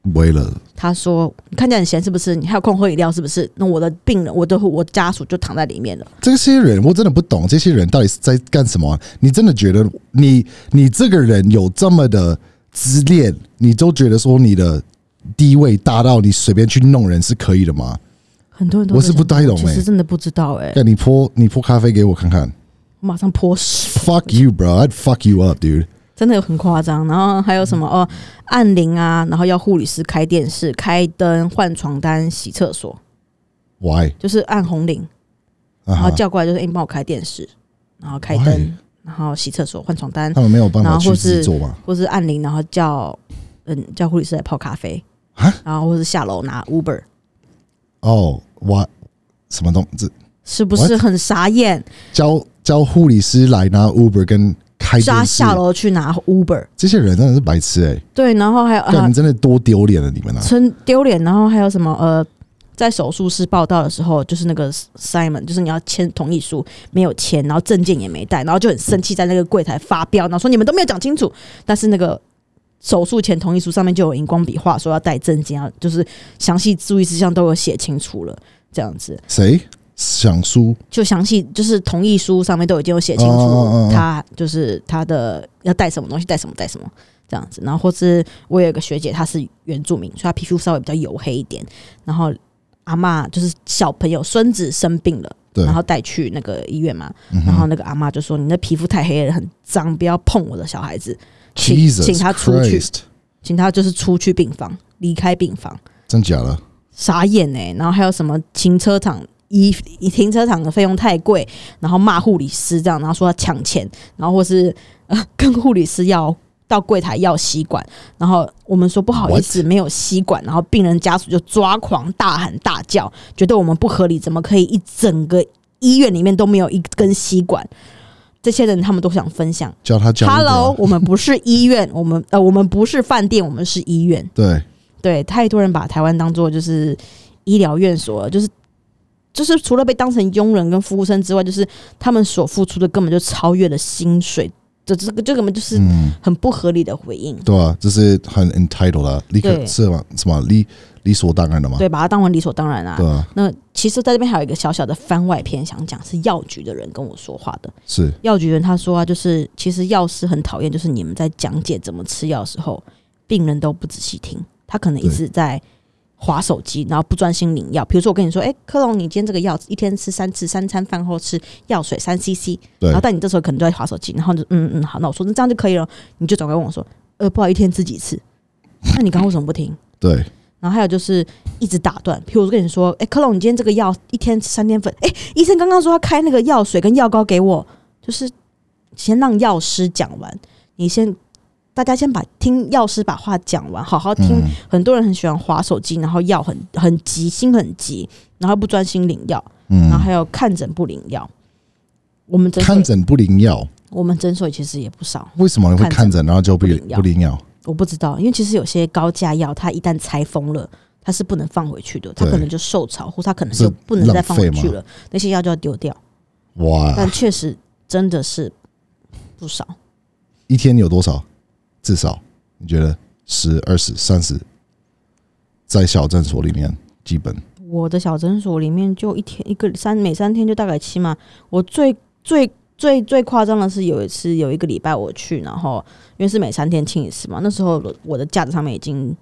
为了他说：“你看起来很闲是不是？你还有空喝饮料是不是？那我的病人，我家属就躺在里面了。” 这些人我真的不懂，这些人到底是在干什么啊？你真的觉得你这个人有这么的自恋，你都觉得说你的地位大到你随便去弄人是可以的吗？ 很多人都我是不太懂， 其实真的不知道你泼咖啡给我看看， 我马上泼屎。 Fuck you, bro! I'd fuck you up, dude. 真的有很夸张，然后还有什么按铃啊，然后要护理师开电视、开灯、换床单、洗厕所。 Why？ 就是按红铃，然后叫过来就是你帮我开电视，然后开灯，然后洗厕所、换床单。 他们没有办法去自己做吗？ 或是按铃，然后叫护理师来泡咖啡，然后或是下楼拿 Uber。 哦，哇，什么东西？ 是不是很傻眼？ 叫护理师来拿 Uber 跟开电视， 下楼去拿 Uber， 这些人真的是白痴对，然后还有你们真的多丢脸了，你们啊， 真丢脸。然后还有什么在手术室报到的时候，就是那个 Simon， 就是你要签同意书，没有签，然后证件也没带，然后就很生气，在那个柜台发飙，然后说你们都没有讲清楚。但是那个手术前同意书上面就有荧光笔画说要带证件，就是详细注意事项都有写清楚了，这样子。 谁？想书就详细就是同意书上面都已经有写清楚，他就是他的要带什么东西，带什么这样子。然后或是我有一个学姐，她是原住民，所以她皮肤稍微比较黝黑一点。然后阿嬷就是小朋友孙子生病了，然后带去那个医院嘛，然后那个阿嬷就说：“你的皮肤太黑了，很脏，不要碰我的小孩子，请他出去，请他就是出去病房，离开病房。” 真假的？ 傻眼然后还有什么停车场的费用太贵，然后骂护理师这样，然后说要抢钱，然后或是跟护理师要到柜台要吸管，然后我们说不好意思没有吸管，然后病人家属就抓狂大喊大叫，觉得我们不合理，怎么可以一整个医院里面都没有一根吸管？这些人他们都想分享， 叫他讲 Hello， 我们不是医院，我们不是饭店，我们是医院。对，太多人把台湾当作就是医疗院所了，就是除了被当成佣人跟服务生之外，就是他们所付出的根本就超越了薪水，这根本就是很不合理的回应。 对啊，这是很 entitled 的，立刻是吗？什么理所当然的吗？ 对，把它当成理所当然啊。 对啊。 那其实在这边还有一个小小的番外篇想讲，是药局的人跟我说话的。 是药局人他说就是其实药师很讨厌，就是你们在讲解怎么吃药的时候，病人都不仔细听，他可能一直在滑手机，然后不专心领药。比如说我跟你说，科隆，你今天这个药一天吃3次，3餐饭后吃药水3cc， 然后但你这时候可能都在滑手机，然后就好，那我说那这样就可以了，你就转过来问我说，不好，一天吃几次？那你刚刚为什么不听？ 对。 然后还有就是一直打断，譬如我跟你说，科隆，你今天这个药一天吃3天粉，医生刚刚说要开那个药水跟药膏给我，就是先让药师讲完，大家先听药师把话讲完，好好听。很多人很喜欢滑手机，然后药很急，心很急，然后不专心领药，然后还有看诊不领药。我们看诊不领药， 我们诊所其实也不少。 为什么你会看诊然后就不领药？ 我不知道，因为其实有些高价药，它一旦拆封了，它是不能放回去的，它可能就受潮，或它可能就不能再放回去了，那些药就要丢掉。 哇！ 但确实真的是不少。 一天有多少？至少你觉得10、20、30，在小诊所里面基本。我的小诊所里面就一天每3天就大概7嘛。我最夸张的是有一次有一个礼拜我去，然后因为是每3天清一次嘛，那时候我的架子上面已经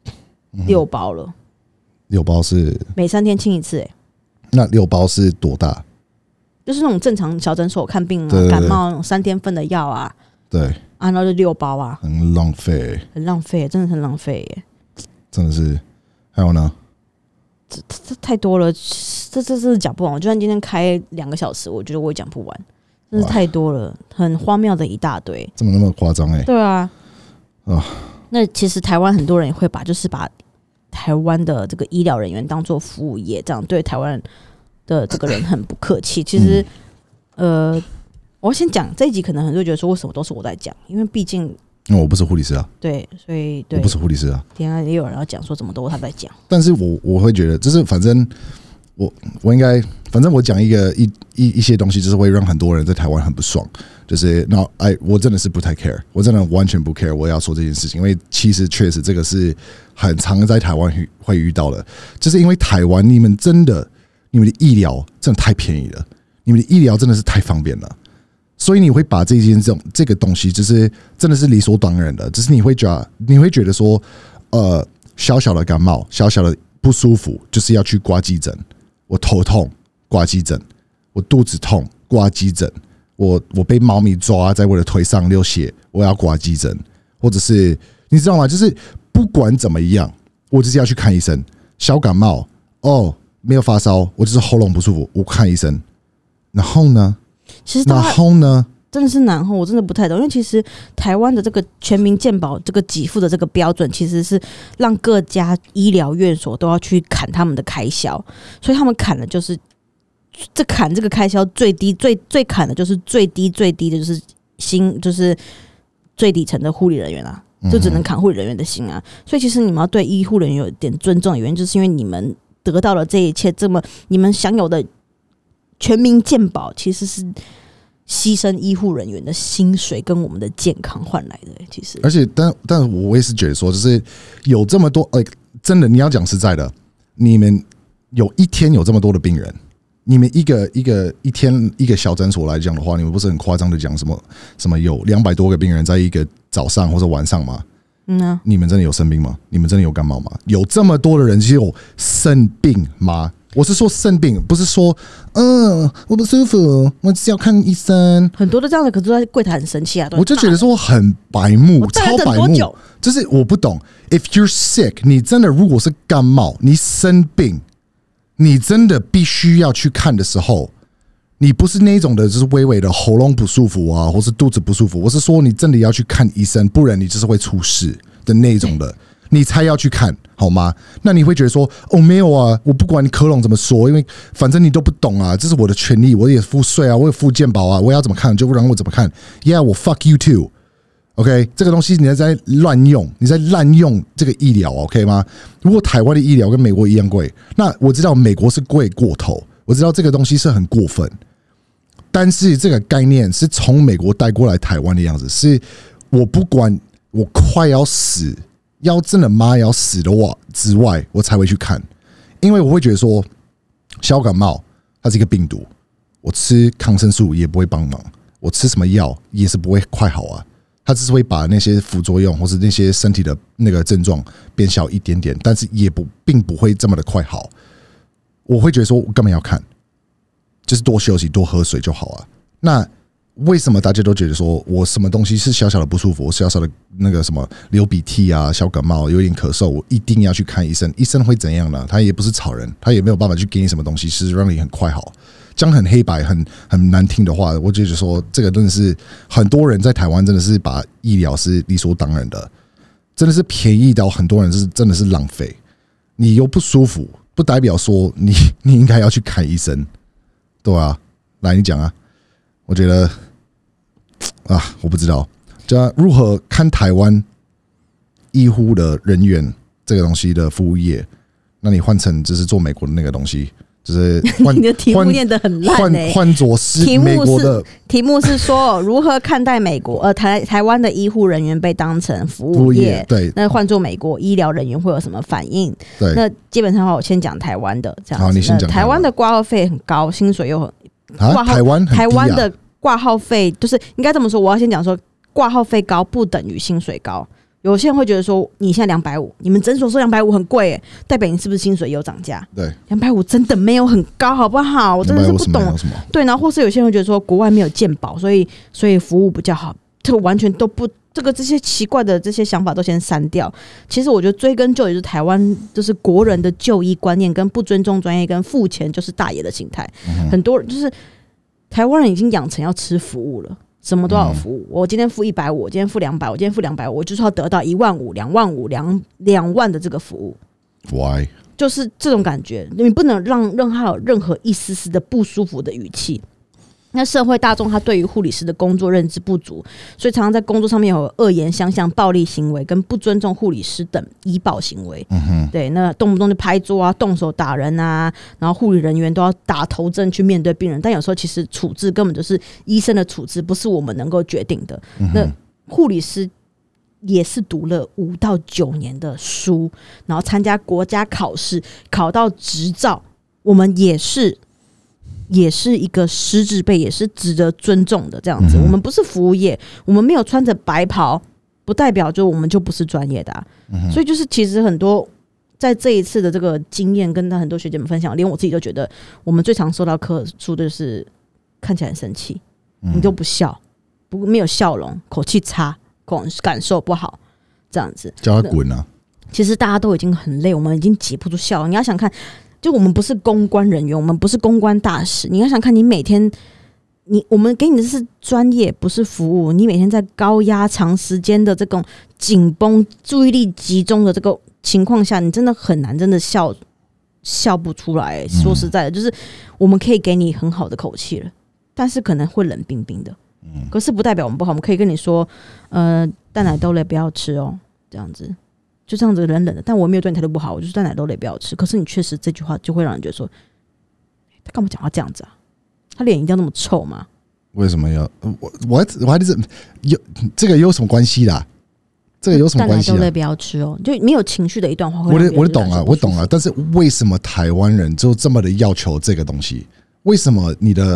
6包了。 6包是每3天清一次那6包是多大？ 就是那种正常小诊所看病啊，感冒那种3天份的药啊。 对啊，然后就6包啊， 很浪费， 很浪费，真的很浪费耶！ 真的是。还有呢？ 这太多了，这是讲不完。我就算今天开2个小时，我觉得我也讲不完，真是太多了，很荒谬的一大堆。 怎么那么夸张对啊。那其实台湾很多人也会把台湾的这个医疗人员当作服务业，这样对台湾的这个人很不客气。其实，我要先讲这一集，可能很多人觉得说为什么都是我在讲，因为毕竟我不是护理师啊。 对，所以对我不是护理师啊。 等一下也有人要讲说怎么都他在讲， 但是我会觉得，就是反正我应该，反正我讲一些东西，就是会让很多人在台湾很不爽。就是那我真的是不太 care， 我真的完全不 care。我要说这件事情，因为其实确实这个是很常在台湾会遇到的，就是因为台湾你们的医疗真的太便宜了，你们的医疗真的是太方便了，所以你会把这个东西，就是真的是理所当然的，就是你会觉得说，小小的感冒，小小的不舒服，就是要去挂急诊。我头痛挂急诊，我肚子痛挂急诊。我被猫咪抓在我的腿上流血，我要挂急诊，或者是你知道吗？就是不管怎么样，我就是要去看医生。小感冒没有发烧，我就是喉咙不舒服，我看医生。然后呢？ 真的是然后我真的不太懂，因为其实台湾的这个全民健保这个给付的这个标准，其实是让各家医疗院所都要去砍他们的开销，所以他们砍了就是。砍这个开销最低最砍的就是最低的就是最底层的护理人员啊，就只能砍护理人员的薪啊。所以其实你们要对医护人员有点尊重的原因，就是因为你们得到了这一切，你们享有的全民健保，其实是牺牲医护人员的薪水跟我们的健康换来的。其实，而且但我也是觉得说，就是有这么多真的你要讲实在的，你们有一天有这么多的病人。你们一天一个小诊所来讲的话，你们不是很夸张的讲什么有200多个病人在一个早上或者晚上吗？你们真的有生病吗？你们真的有感冒吗？有这么多的人只有生病吗？我是说生病，不是说我不舒服，我只要看医生。 很多的这样的，可是在柜台很生气啊！ 我就觉得说很白目，超白目。就是我不懂 ，if you're sick， 你真的如果是感冒，你生病。你真的必须要去看的时候，你不是那种的，就是微微的喉咙不舒服啊，或是肚子不舒服。我是说，你真的要去看医生，不然你就是会出事的那种的，你才要去看，好吗？那你会觉得说，没有啊，我不管你科隆怎么说，因为反正你都不懂啊，这是我的权利，我也付税啊，我也付健保啊，我要怎么看就让我怎么看。Yeah， 我 fuck you too。OK， 这个东西你在滥用，你在滥用这个医疗 ，OK 吗？如果台湾的医疗跟美国一样贵，那我知道美国是贵过头，我知道这个东西是很过分，但是这个概念是从美国带过来台湾的样子，是我不管我快要死，要真的妈要死的话之外，我才会去看，因为我会觉得说，小感冒它是一个病毒，我吃抗生素也不会帮忙，我吃什么药也是不会快好啊。它只是会把那些副作用或是那些身体的那个症状变小一点点，但是并不会这么的快好。我会觉得说，我干嘛要看？就是多休息、多喝水就好啊。那为什么大家都觉得说我什么东西是小小的不舒服，我小小的那个什么流鼻涕啊、小感冒、有点咳嗽，我一定要去看医生？医生会怎样呢？他也不是草人，他也没有办法去给你什么东西是让你很快好。讲很黑白、很难听的话，我就觉得说，这个真的是很多人在台湾真的是把医疗是理所当然的，真的是便宜到很多人是真的是浪费。你又不舒服，不代表说你应该要去看医生，对啊？来，你讲啊！我觉得我不知道，就如何看台湾医护的人员这个东西的服务业，那你换成就是做美国的那个东西。就是你的题目念得很烂换作是美国的题目是说如何看待美国台湾的医护人员被当成服务业， 对， 那换作美国医疗人员会有什么反应？ 对， 那基本上的话，我先讲台湾的这样子。 好，你先讲台湾的挂号费很高，薪水又很台湾的挂号费就是应该这么说，我要先讲说挂号费高不等于薪水高。有些人会觉得说，你现在250，你们诊所说250很贵耶，代表你是不是薪水有涨价？ 对 ，250真的没有很高，好不好？我真的是不懂。对，然后或是有些人会觉得说，国外没有健保，所以服务比较好，这个完全都不，这些奇怪的这些想法都先删掉。其实我觉得追根究底，就是台湾就是国人的就医观念跟不尊重专业跟付钱就是大爷的心态，很多人就是台湾人已经养成要吃服务了。什么都要有服务，我今天付150，我今天付200，我今天付250，我就是要得到15000、25000的这个服务。 Why？ 就是这种感觉，你不能让他有任何一丝丝的不舒服的语气。 那社会大众他对于护理师的工作认知不足，所以常常在工作上面有恶言相向、暴力行为跟不尊重护理师等医保行为。对，那动不动就拍桌啊、动手打人啊，然后护理人员都要打头阵去面对病人，但有时候其实处置根本就是医生的处置，不是我们能够决定的。那护理师也是读了5到9年的书，然后参加国家考试，考到执照，我们也是一个师字辈，也是值得尊重的这样子。我们不是服务业，我们没有穿着白袍，不代表就我们就不是专业的啊。所以就是其实很多在这一次的这个经验，跟很多学姐们分享，连我自己都觉得，我们最常收到客诉的就是看起来很生气，你都不笑，没有笑容，口气差，感受不好，这样子叫他滚啊！ 其实大家都已经很累，我们已经挤不出笑。你要想看。就我们不是公关人员，我们不是公关大使。你要想看，你每天，我们给你的是专业，不是服务。你每天在高压、长时间的这种紧绷、注意力集中的这个情况下，你真的很难，真的笑不出来。说实在的，就是我们可以给你很好的口气了，但是可能会冷冰冰的。可是不代表我们不好，我们可以跟你说，蛋奶豆类不要吃哦，这样子。就这样子冷冷的，但我没有对你态度不好，我就是蛋奶豆类不要吃。可是你确实这句话就会让人觉得说，他干嘛讲话这样子啊？他脸一定要那么臭吗？ 为什么要我还是有这个有什么关系啦？这个有什么关系？ 蛋奶豆类不要吃哦，就没有情绪的一段话会我懂啊，我懂啊。但是为什么台湾人就这么的要求这个东西？为什么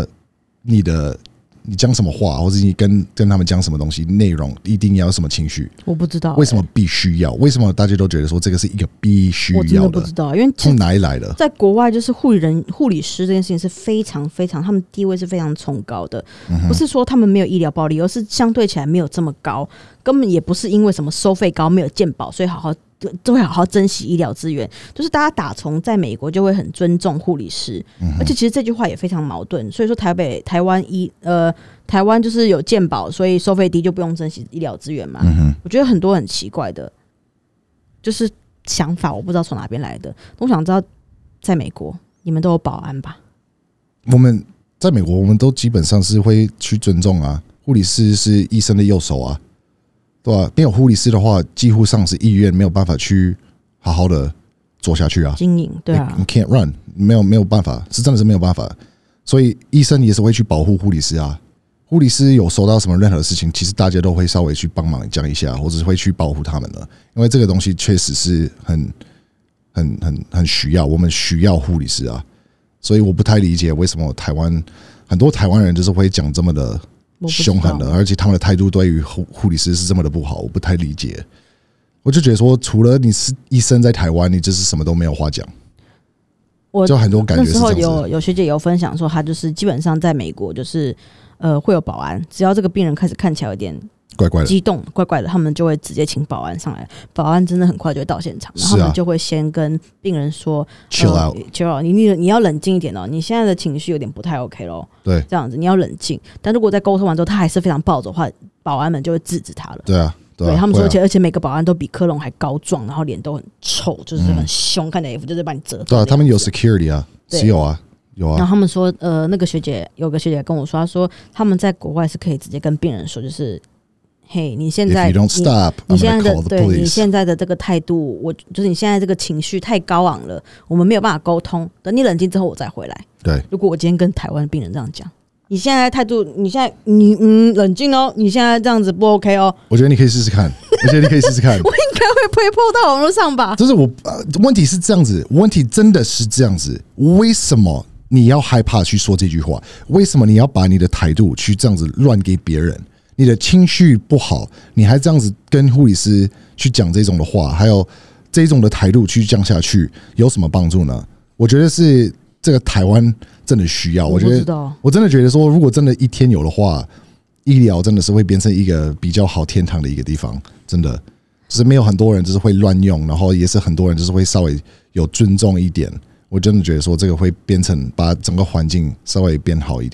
你讲什么话，或者你跟他们讲什么东西，内容一定要有什么情绪？ 我不知道、 为什么必须要？为什么大家都觉得说这个是一个必须要的？ 我真的不知道，因为从哪里来的？ 在国外，就是护理师这件事情是非常非常，他们地位是非常崇高的。不是说他们没有医疗暴力，而是相对起来没有这么高，根本也不是因为什么收费高没有健保，所以都会好好珍惜医疗资源，就是大家打从在美国就会很尊重护理师，而且其实这句话也非常矛盾。所以说台湾就是有健保，所以收费低就不用珍惜医疗资源嘛。我觉得很多很奇怪的，就是想法，我不知道从哪边来的。我想知道，在美国你们都有保安吧？ 我们在美国，我们都基本上是会去尊重啊，护理师是医生的右手啊。对吧？没有护理师的话，几乎上是医院没有办法去好好的做下去啊， 经营对啊， 你 can't run， 没有办法，是真的是没有办法。所以医生也是会去保护护理师啊。护理师有收到什么任何事情，其实大家都会稍微去帮忙讲一下，或者是会去保护他们的，因为这个东西确实是很需要，我们需要护理师啊。所以我不太理解为什么很多台湾人就是会讲这么的凶狠的，而且他们的态度对于护理师是这么的不好，我不太理解。我就觉得说，除了你是医生在台湾，你就是什么都没有话讲。就很多感觉是这样子。 那时候有学姐有分享说，她就是基本上在美国就是会有保安，只要这个病人开始看起来有点怪怪的、 激动、怪怪的，他们就会直接请保安上来。保安真的很快就会到现场，然后他们就会先跟病人说 ：“chill out， chill out， 你要冷静一点哦，你现在的情绪有点不太 OK 咯。” 对， 这样子你要冷静。但如果在沟通完之后，他还是非常暴走的话，保安们就会制止他了。 对啊。 对他们说，而且每个保安都比科隆还高壮，然后脸都很臭，就是很凶，看起来就是把你折断。 对啊，他们有 security 啊，是有啊，有啊。 然后他们说，那个有个学姐跟我说，她说他们在国外是可以直接跟病人说，就是嘿，你现在 If you don't stop, 你现在 I'm gonna call 的 the 对 police. 你现在的这个态度，就是你现在这个情绪太高昂了，我们没有办法沟通。等你冷静之后，我再回来。 对， 如果我今天跟台湾病人这样讲。你现在态度，你现在冷静哦，你现在这样子不 OK 哦。 我觉得你可以试试看，我觉得你可以试试看。 我应该会被泼到网络上吧？ 就是问题是这样子，问题真的是这样子。为什么你要害怕去说这句话？为什么你要把你的态度去这样子乱给别人？你的情绪不好，你还这样子跟护理师去讲这种的话，还有这种的态度去降下去，有什么帮助呢？我觉得是。这个台湾真的需要，我觉得我真的觉得说，如果真的一天有的话，医疗真的是会变成一个比较好天堂的一个地方，真的，就是没有很多人就是会乱用，然后也是很多人就是会稍微有尊重一点。我真的觉得说，这个会变成把整个环境稍微变好一点。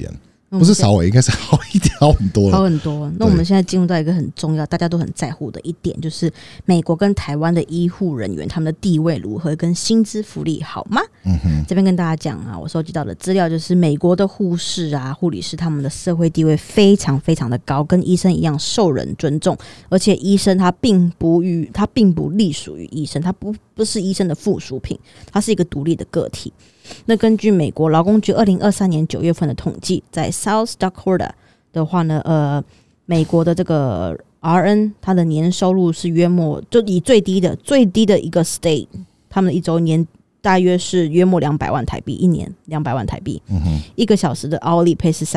不是少应该是好很多了， 好很多。那我们现在进入到一个很重要大家都很在乎的一点，就是美国跟台湾的医护人员他们的地位如何，跟薪资福利好吗？这边跟大家讲啊，我收集到的资料就是美国的护士啊、护理师他们的社会地位非常非常的高，跟医生一样受人尊重，而且医生他并不隶属于医生，他不是医生的附属品，他是一个独立的个体。那根据美国劳工局2023年9月份的统计，在 South Dakota 的话呢，美国的这个 RN 他的年收入是约莫，就以最低的一个 state， 他们的一周年大约是约莫200万台币，一年200万台币。1个小时的 hourly pay 是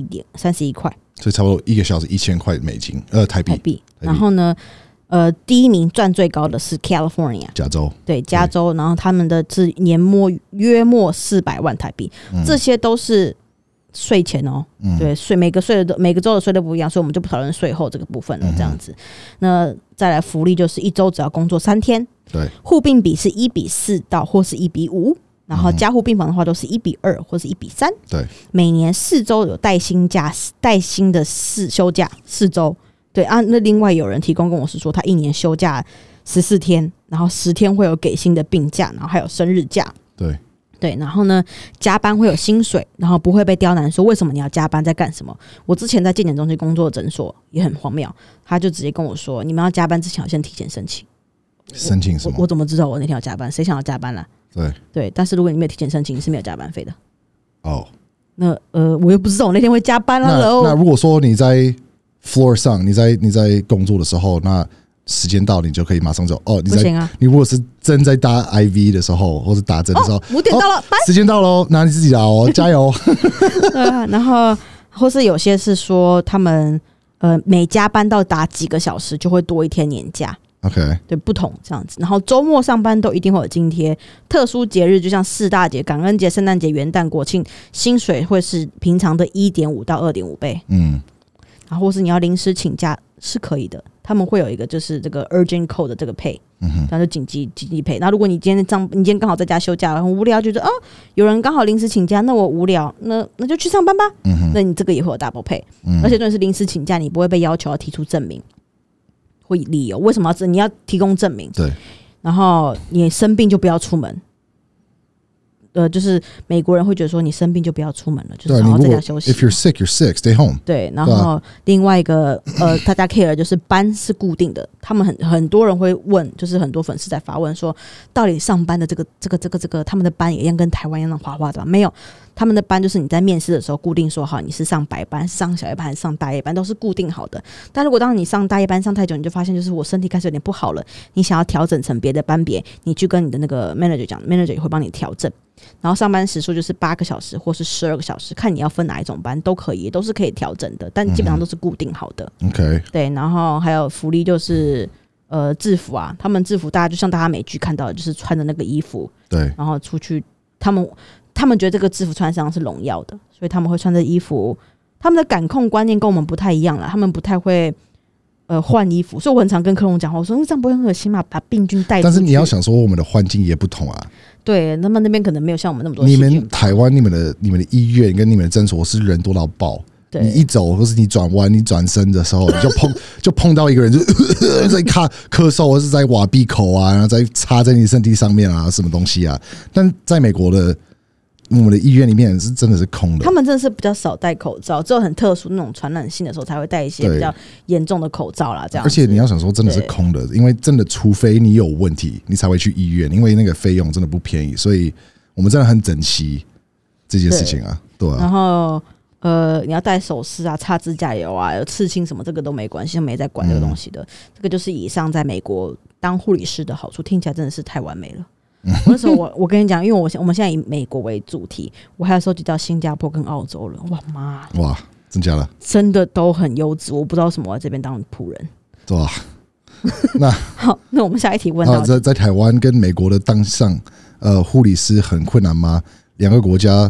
31块， 所以差不多1个小时1000块美金，台币。 然后呢，第一名赚最高的是 California 加州， 对加州，然后他们的是约莫400万台币，这些都是税前哦，对，每个州的税都不一样，所以我们就不讨论税后这个部分了，这样子。那再来福利就是一周只要工作3天，对，护病比是1:4到或是1:5，然后加护病房的话都是1:2或是1:3，对，每年4周有带薪的休假4周。对啊，那另外有人提供跟我是说，他一年休假14天，然后10天会有给薪的病假，然后还有生日假。对，然后呢，加班会有薪水，然后不会被刁难说为什么你要加班，在干什么。我之前在健检中心工作的诊所也很荒谬，他就直接跟我说，你们要加班之前要先提前申请。 申请什么？ 我怎么知道我那天要加班？谁想要加班啦？对，但是如果你没有提前申请，你是没有加班费的。哦，那我又不知道我那天会加班了。 那如果说你在floor 上，你在工作的时候，那时间到你就可以马上走。哦， 不行啊！ 你如果是正在打 IV 的时候，或是打针的时候 ，5点到了， 时间到了，那你自己打哦，加油！ 对啊，然后或是有些是说他们每加班到达几个小时就会多1天年假。 OK， 对，不同这样子。然后周末上班都一定会有津贴，特殊节日就像4大节、感恩节、圣诞节、元旦、国庆，薪水会是平常的1.5到2.5倍。然后或是你要临时请假是可以的，他们会有一个就是这个 urgent code 的这个 pay， 然后就紧急 pay。那如果你今天刚好在家休假很无聊，觉得有人刚好临时请假，那我无聊，那就去上班吧。那你这个也会有 double pay，而且真的是临时请假，你不会被要求要提出证明或理由，为什么你要提供证明？对，然后你生病就不要出门。就是美国人会觉得说你生病就不要出门了，就是好好在家休息。 If you're sick, you're sick. Stay home. 对，然后另外一个大家 care 就是班是固定的，他们很多人会问，就是很多粉丝在发问说，到底上班的这个他们的班也一样跟台湾一样滑滑的吗？没有，他们的班就是你在面试的时候固定说好，你是上白班、上小夜班还是上大夜班，都是固定好的。但如果当你上大夜班上太久，你就发现就是我身体开始有点不好了，你想要调整成别的班别，你去跟你的那个 manager 讲 ，manager 也会帮你调整。然后上班时数就是8个小时或是12个小时，看你要分哪一种班都可以，都是可以调整的，但基本上都是固定好的。OK， 对，然后还有福利就是制服啊，他们制服大家就像大家美剧看到的，就是穿的那个衣服，对，然后出去，他们觉得这个制服穿上是荣耀的，所以他们会穿着衣服，他们的感控观念跟我们不太一样啦，他们不太会。换衣服，所以我很常跟克隆讲话，我说这样不会很恶心吗？把病菌带出去。但是你要想说，我们的环境也不同啊。 对，他们那边可能没有像我们那么多。 你们台湾，你们的医院跟你们的诊所是人多到爆。你一走，或是你转弯、你转身的时候，你就碰到一个人，就在咳嗽，或是在挖鼻口啊，然后再插在你身体上面啊，什么东西啊？但在美国的。我们的医院里面是真的是空的， 他们真的是比较少戴口罩，只有很特殊那种传染性的时候才会戴一些比较严重的口罩啦。这样，而且你要想说真的是空的，因为真的除非你有问题，你才会去医院，因为那个费用真的不便宜，所以我们真的很珍惜这件事情啊，对啊。 然后你要戴首饰啊、擦指甲油啊、有刺青什么，这个都没关系，他们没在管这个东西的。这个就是以上在美国当护理师的好处，听起来真的是太完美了。那时候我跟你讲，因为我们现在以美国为主题，我还有收集到新加坡跟澳洲人，哇妈， 哇，真假的， 真的都很优质，我不知道为什么我在这边当仆人， 对吧？那好，那我们下一题问到在台湾跟美国的当上护理师很困难吗？两个国家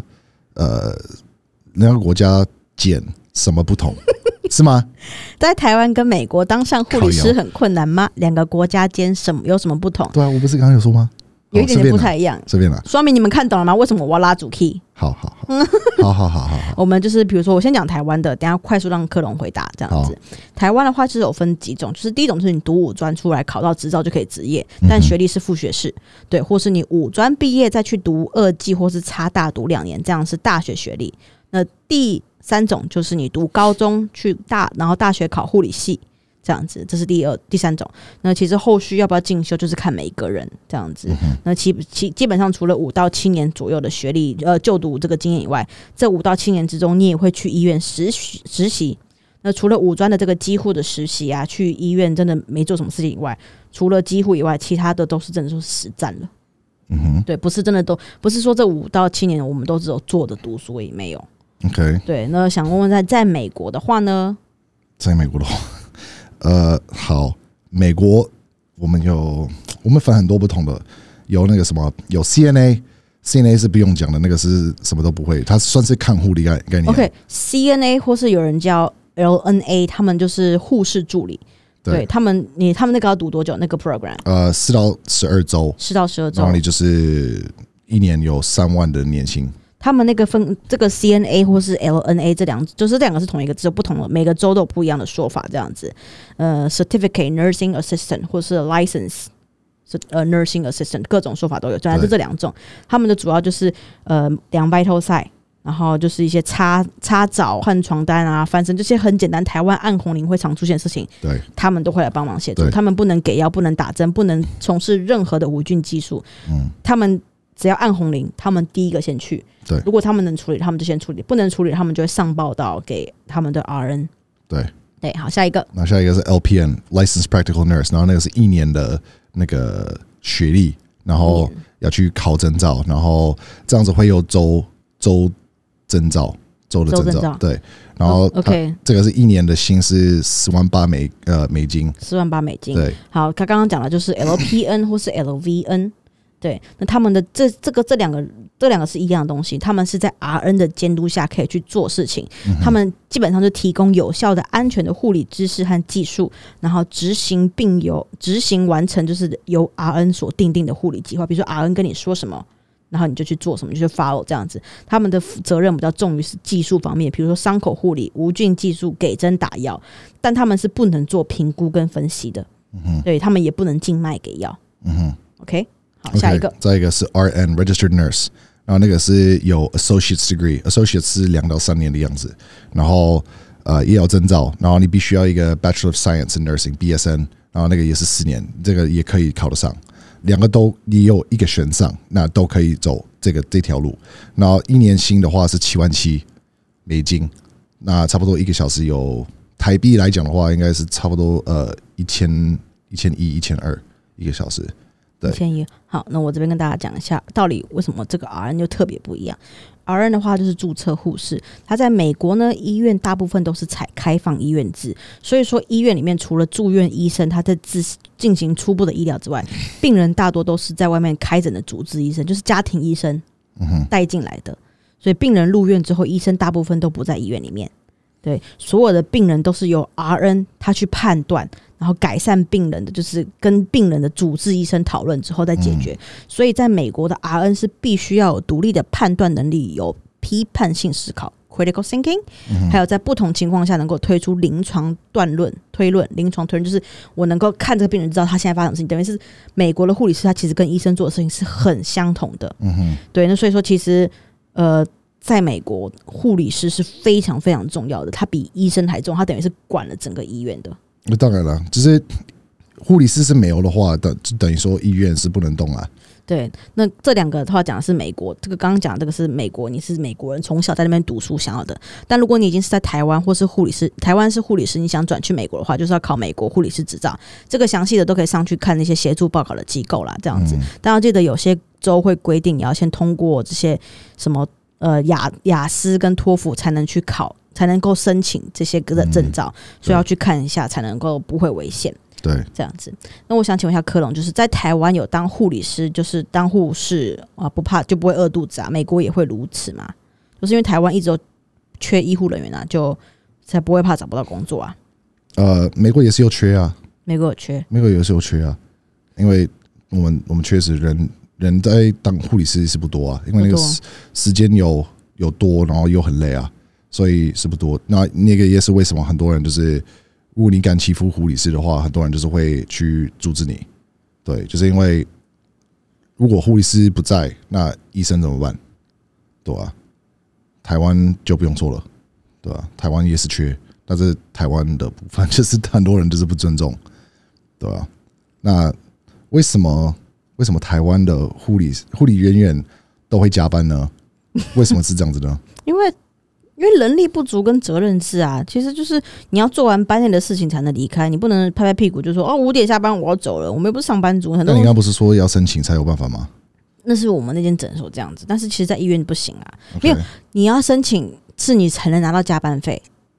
减什么不同？是吗？ 在台湾跟美国当上护理师很困难吗？两个国家间有什么不同？ 对啊，我不是刚刚有说吗？ 有一点点不太一样。 这边啦， 说明你们看懂了吗？为什么我要拉主 key？ 好， 我们就是比如说，我先讲台湾的，等一下快速让克隆回答这样子。台湾的话就是有分几种，就是第一种就是你读五专出来考到执照就可以执业，但学历是副学士，对，或是你五专毕业再去读二技或是插大读2年，这样是大学学历。那第三种就是你读高中去然后大学考护理系。这样子，这是第三种。那其实后续要不要进修，就是看每一个人这样子。那基本上除了5到7年左右的学历就读这个经验以外，这5到7年之中，你也会去医院实习。那除了五专的这个机护的实习啊，去医院真的没做什么事情以外，除了机护以外，其他的都是真的说实战了。对，不是真的都不是说这5到7年我们都只有坐着读书也没有。 OK， 对，那想问问在美国的话呢？ 在美国的话。好，美国我们分很多不同的，有那个什么，有 CNA 是不用讲的，那个是什么都不会，它算是看护理概念。 OK，CNA 或是有人叫 LNA， 他们就是护士助理。对他们那个要读多久？那个 program？ 4到12周 ，4到12周， 然后你就是1年有3万的年薪。 他们那个这个 CNA 或是 LNA 这两个是同一个字，不同的每个州都有不一样的说法，这样子。Certificate Nursing Assistant 或是 License Nursing Assistant 各种说法都有，就这2种。他们的主要就是量 vital sign， 然后就是一些擦澡、换床单啊、翻身这些很简单，台湾按红铃会常出现的事情，对，他们都会来帮忙协助。他们不能给药，不能打针，不能从事任何的无菌技术。他们只要按红铃，他们第一个先去。对，如果他们能处理，他们就先处理；不能处理，他们就会上报到给他们的 RN。对，好，下一个。那下一个是 LPN Licensed Practical Nurse， 然后那个是1年的那个学历，然后要去考证照，然后这样子会有州证照，州的证照。对，然后这个是1年的薪是48000美金，48000美金。对， 好，他刚刚讲的就是 LPN 或是 LVN。对，那他们的这两个是一样的东西，他们是在 RN 的监督下可以去做事情，他们基本上就提供有效的、安全的护理知识和技术，然后执行完成，就是由 RN 所定的护理计划。比如说 RN 跟你说什么，然后你就去做什么，你就去 follow 这样子。他们的责任比较重于是技术方面，比如说伤口护理、无菌技术、给针打药，但他们是不能做评估跟分析的，对他们也不能静脉给药。OK。好，下一个， 再一个是 RN Registered Nurse， 然后那个是有 Associate's Degree，Associate 是2到3年的样子，然后也有证照，然后你必须要一个 Bachelor of Science in Nursing BSN， 然后那个也是4年，这个也可以考得上，2个都你有一个选上，那都可以走这条路。然后1年薪的话是77000美金，那差不多1个小时有台币来讲的话，应该是差不多1100、1200一个小时。 1100，好，那我这边跟大家讲一下，到底为什么这个 RN 就特别不一样。RN 的话就是注册护士，他在美国呢，医院大部分都是采开放医院制，所以说医院里面除了住院医生他在进行初步的医疗之外，病人大多都是在外面开诊的主治医生，就是家庭医生带进来的，所以病人入院之后，医生大部分都不在医院里面。对，所有的病人都是由 RN 他去判断，然后改善病人的，就是跟病人的主治医生讨论之后再解决。所以在美国的 RN 是必须要有独立的判断能力，有批判性思考 （critical thinking），还有在不同情况下能够推出临床推论。临床推论就是我能够看这个病人知道他现在发生的事情，等于是美国的护理师他其实跟医生做的事情是很相同的。对，那所以说其实在美国，护理师是非常非常重要的，他比医生还重，他等于是管了整个医院的。 那当然了，只是护理师是没有的话，等于说医院是不能动啊。 对，那这2个的话讲的是美国，这个刚刚讲的这个是美国，你是美国人，从小在那边读书想要的。但如果你已经是在台湾或是护理师，台湾是护理师，你想转去美国的话，就是要考美国护理师执照。这个详细的都可以上去看那些协助报考的机构啦，这样子。但要记得有些州会规定你要先通过这些什么。雅思跟托福才能去考，才能够申请这些的证照，所以要去看一下，才能够不会危险。对，这样子。那我想请问一下科隆，就是在台湾有当护理师，就是当护士啊，不怕就不会饿肚子啊？美国也会如此吗？就是因为台湾一直都缺医护人员啊，就才不会怕找不到工作啊。 美国也是有缺啊， 美国也是有缺啊， 因为我们确实人人在当护理师是不多啊，因为那个时间有多，然后又很累啊，所以是不多。那个也是为什么很多人就是，如果你敢欺负护理师的话，很多人就是会去阻止你。对，就是因为如果护理师不在，那医生怎么办？对啊，台湾就不用说了，对啊，台湾也是缺，但是台湾的部分就是很多人就是不尊重，对啊，那为什么台湾的护理人员都会加班呢？为什么是这样子呢？ 因为人力不足跟责任制啊，其实就是你要做完班内的事情才能离开，你不能拍拍屁股就说5点下班我要走了，我们又不是上班族。 那你刚刚不是说要申请才有办法吗？ 那是我们那间诊所这样子，但是其实在医院不行啊，没有，你要申请是你才能拿到加班费。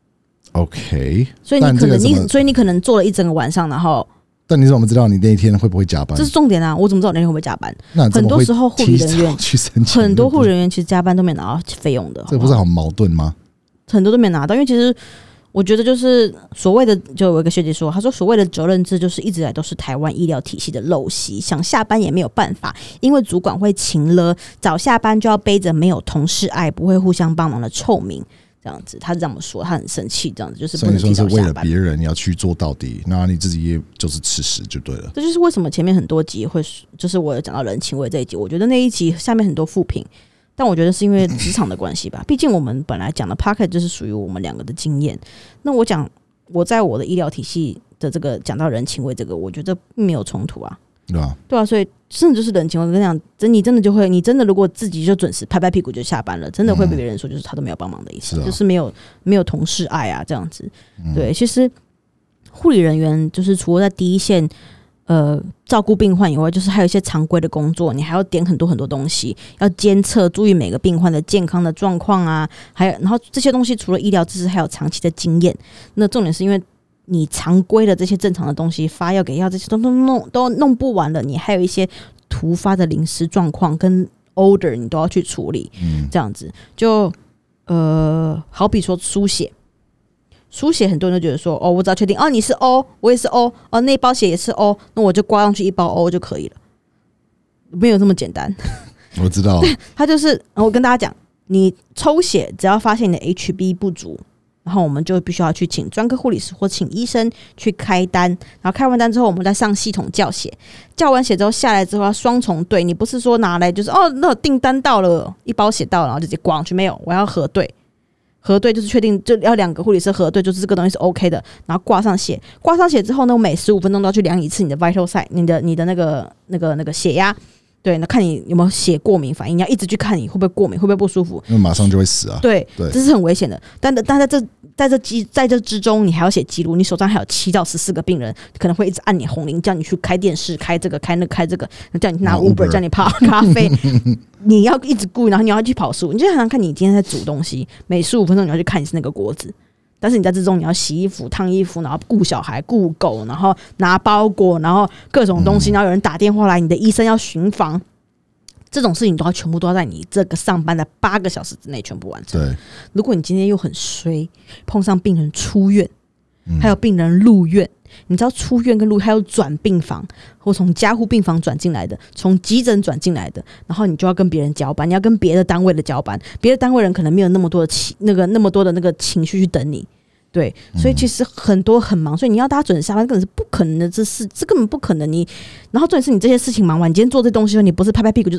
OK， 所以你可能做了一整个晚上，然后。 但你怎么知道你那一天会不会加班？ 这是重点啊！我怎么知道我那天会不会加班？ 那很多时候护理人员去申请， 很多护理人员其实加班都没拿到费用的， 这不是好矛盾吗？ 很多都没拿到，因为其实我觉得就是所谓的，就有一个学姐说，她说所谓的责任制就是一直以来都是台湾医疗体系的陋习，想下班也没有办法，因为主管会勤了，早下班就要背着没有同事爱、不会互相帮忙的臭名。这样子，他这么说，他很生气，这样子就是不能提早下班。 所以你说是为了别人，你要去做到底，那你自己也就是吃屎就对了。 这就是为什么前面很多集会，就是我有讲到人情味这一集，我觉得那一集下面很多负评，但我觉得是因为职场的关系吧。毕竟我们本来讲的 Podcast 就是属于我们两个的经验。那我在我的医疗体系的这个讲到人情味这个，我觉得并没有冲突啊。对啊，所以真的就是人情味。我跟你讲，你真的就会，你真的如果自己就准时拍拍屁股就下班了，真的会被别人说就是他都没有帮忙的意思，就是没有同事爱啊这样子。对，其实护理人员就是除了在第一线照顾病患以外，就是还有一些常规的工作，你还要点很多很多东西，要监测，注意每个病患的健康的状况啊，然后这些东西除了医疗知识，还有长期的经验。那重点是因为你常规的这些正常的东西，发药给药这些都弄不完了，你还有一些突发的临时状况跟 order 你都要去处理，这样子就好比说输血，很多人都觉得说我只要确定你是 O， 我也是 O， 那一包血也是 O， 那我就挂上去一包 O 就可以了，没有这么简单。 我知道， 他就是我跟大家讲，你抽血只要发现你的 HB 不足。然后我们就必须要去请专科护理师或请医生去开单，然后开完单之后，我们再上系统叫血，叫完血之后下来之后要双重对，你不是说拿来就是那订单到了，一包血到了，然后就直接挂上去，没有，我要核对，就是确定就要2个护理师核对，就是这个东西是 OK 的，然后挂上血之后呢，我每15分钟都要去量一次你的 vital sign， 你的那个血压。对，那看你有没有血过敏反应，你要一直去看你会不会过敏，会不会不舒服， 因为马上就会死啊。 对，这是很危险的。但在这之中，你还要写记录，你手上还有7到14个病人，可能会一直按你红铃，叫你去开电视、开这个、开那个、开这个，叫你拿 Uber， 叫你泡咖啡，你要一直顾，然后你要去跑速，你就想想看，你今天在煮东西，每15分钟你要去看你是那个锅子。但是你在之中，你要洗衣服、烫衣服，然后顾小孩、顾狗，然后拿包裹，然后各种东西，然后有人打电话来，你的医生要巡房，这种事情都要全部都要在你这个上班的8个小时之内全部完成。 对， 如果你今天又很衰，碰上病人出院，还有病人入院，你知道出院跟入院还有转病房，或从加护病房转进来的，从急诊转进来的，然后你就要跟别人交班，你要跟别的单位的交班，别的单位人可能没有那么多的那么多的那个情绪去等你。对，所以其实很多很忙，所以你要大家准时下班根本是不可能的，这根本不可能。然后重点是你这些事情忙完，你今天做这东西，你不是拍拍屁股就是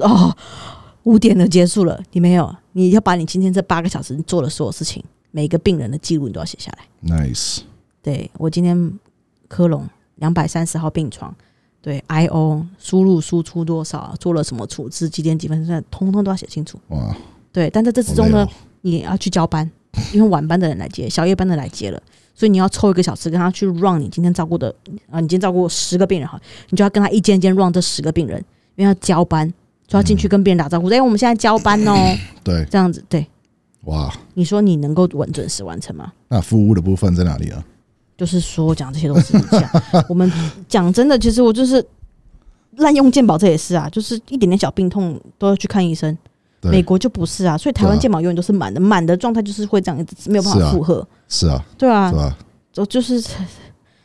5点了结束了，你没有，你要把你今天这8个小时做的所有事情，每个病人的记录你都要写下来。 Nice。 对，我今天科隆230号病床，对 IO 输入输出多少，做了什么处置，几点几分，通通都要写清楚。哇，对，但在这之中呢，你也要去交班。因为晚班的人来接，小夜班的来接了，所以你要抽1个小时跟他去 run 你今天照顾的你今天照顾10个病人，好，你就要跟他一间一间 run 这10个病人，因为要交班，就要进去跟病人打招呼。我们现在交班哦， 对， 这样子，对， 哇， 你说你能够准时完成吗？ 那服务的部分在哪里啊？ 就是说讲这些东西，我们讲真的，其实我就是滥用健保，这也是啊，就是一点点小病痛都要去看医生。美国就不是啊，所以台湾健保永远都是满的，满的状态就是会这样，没有办法负荷。 是啊， 对啊，就是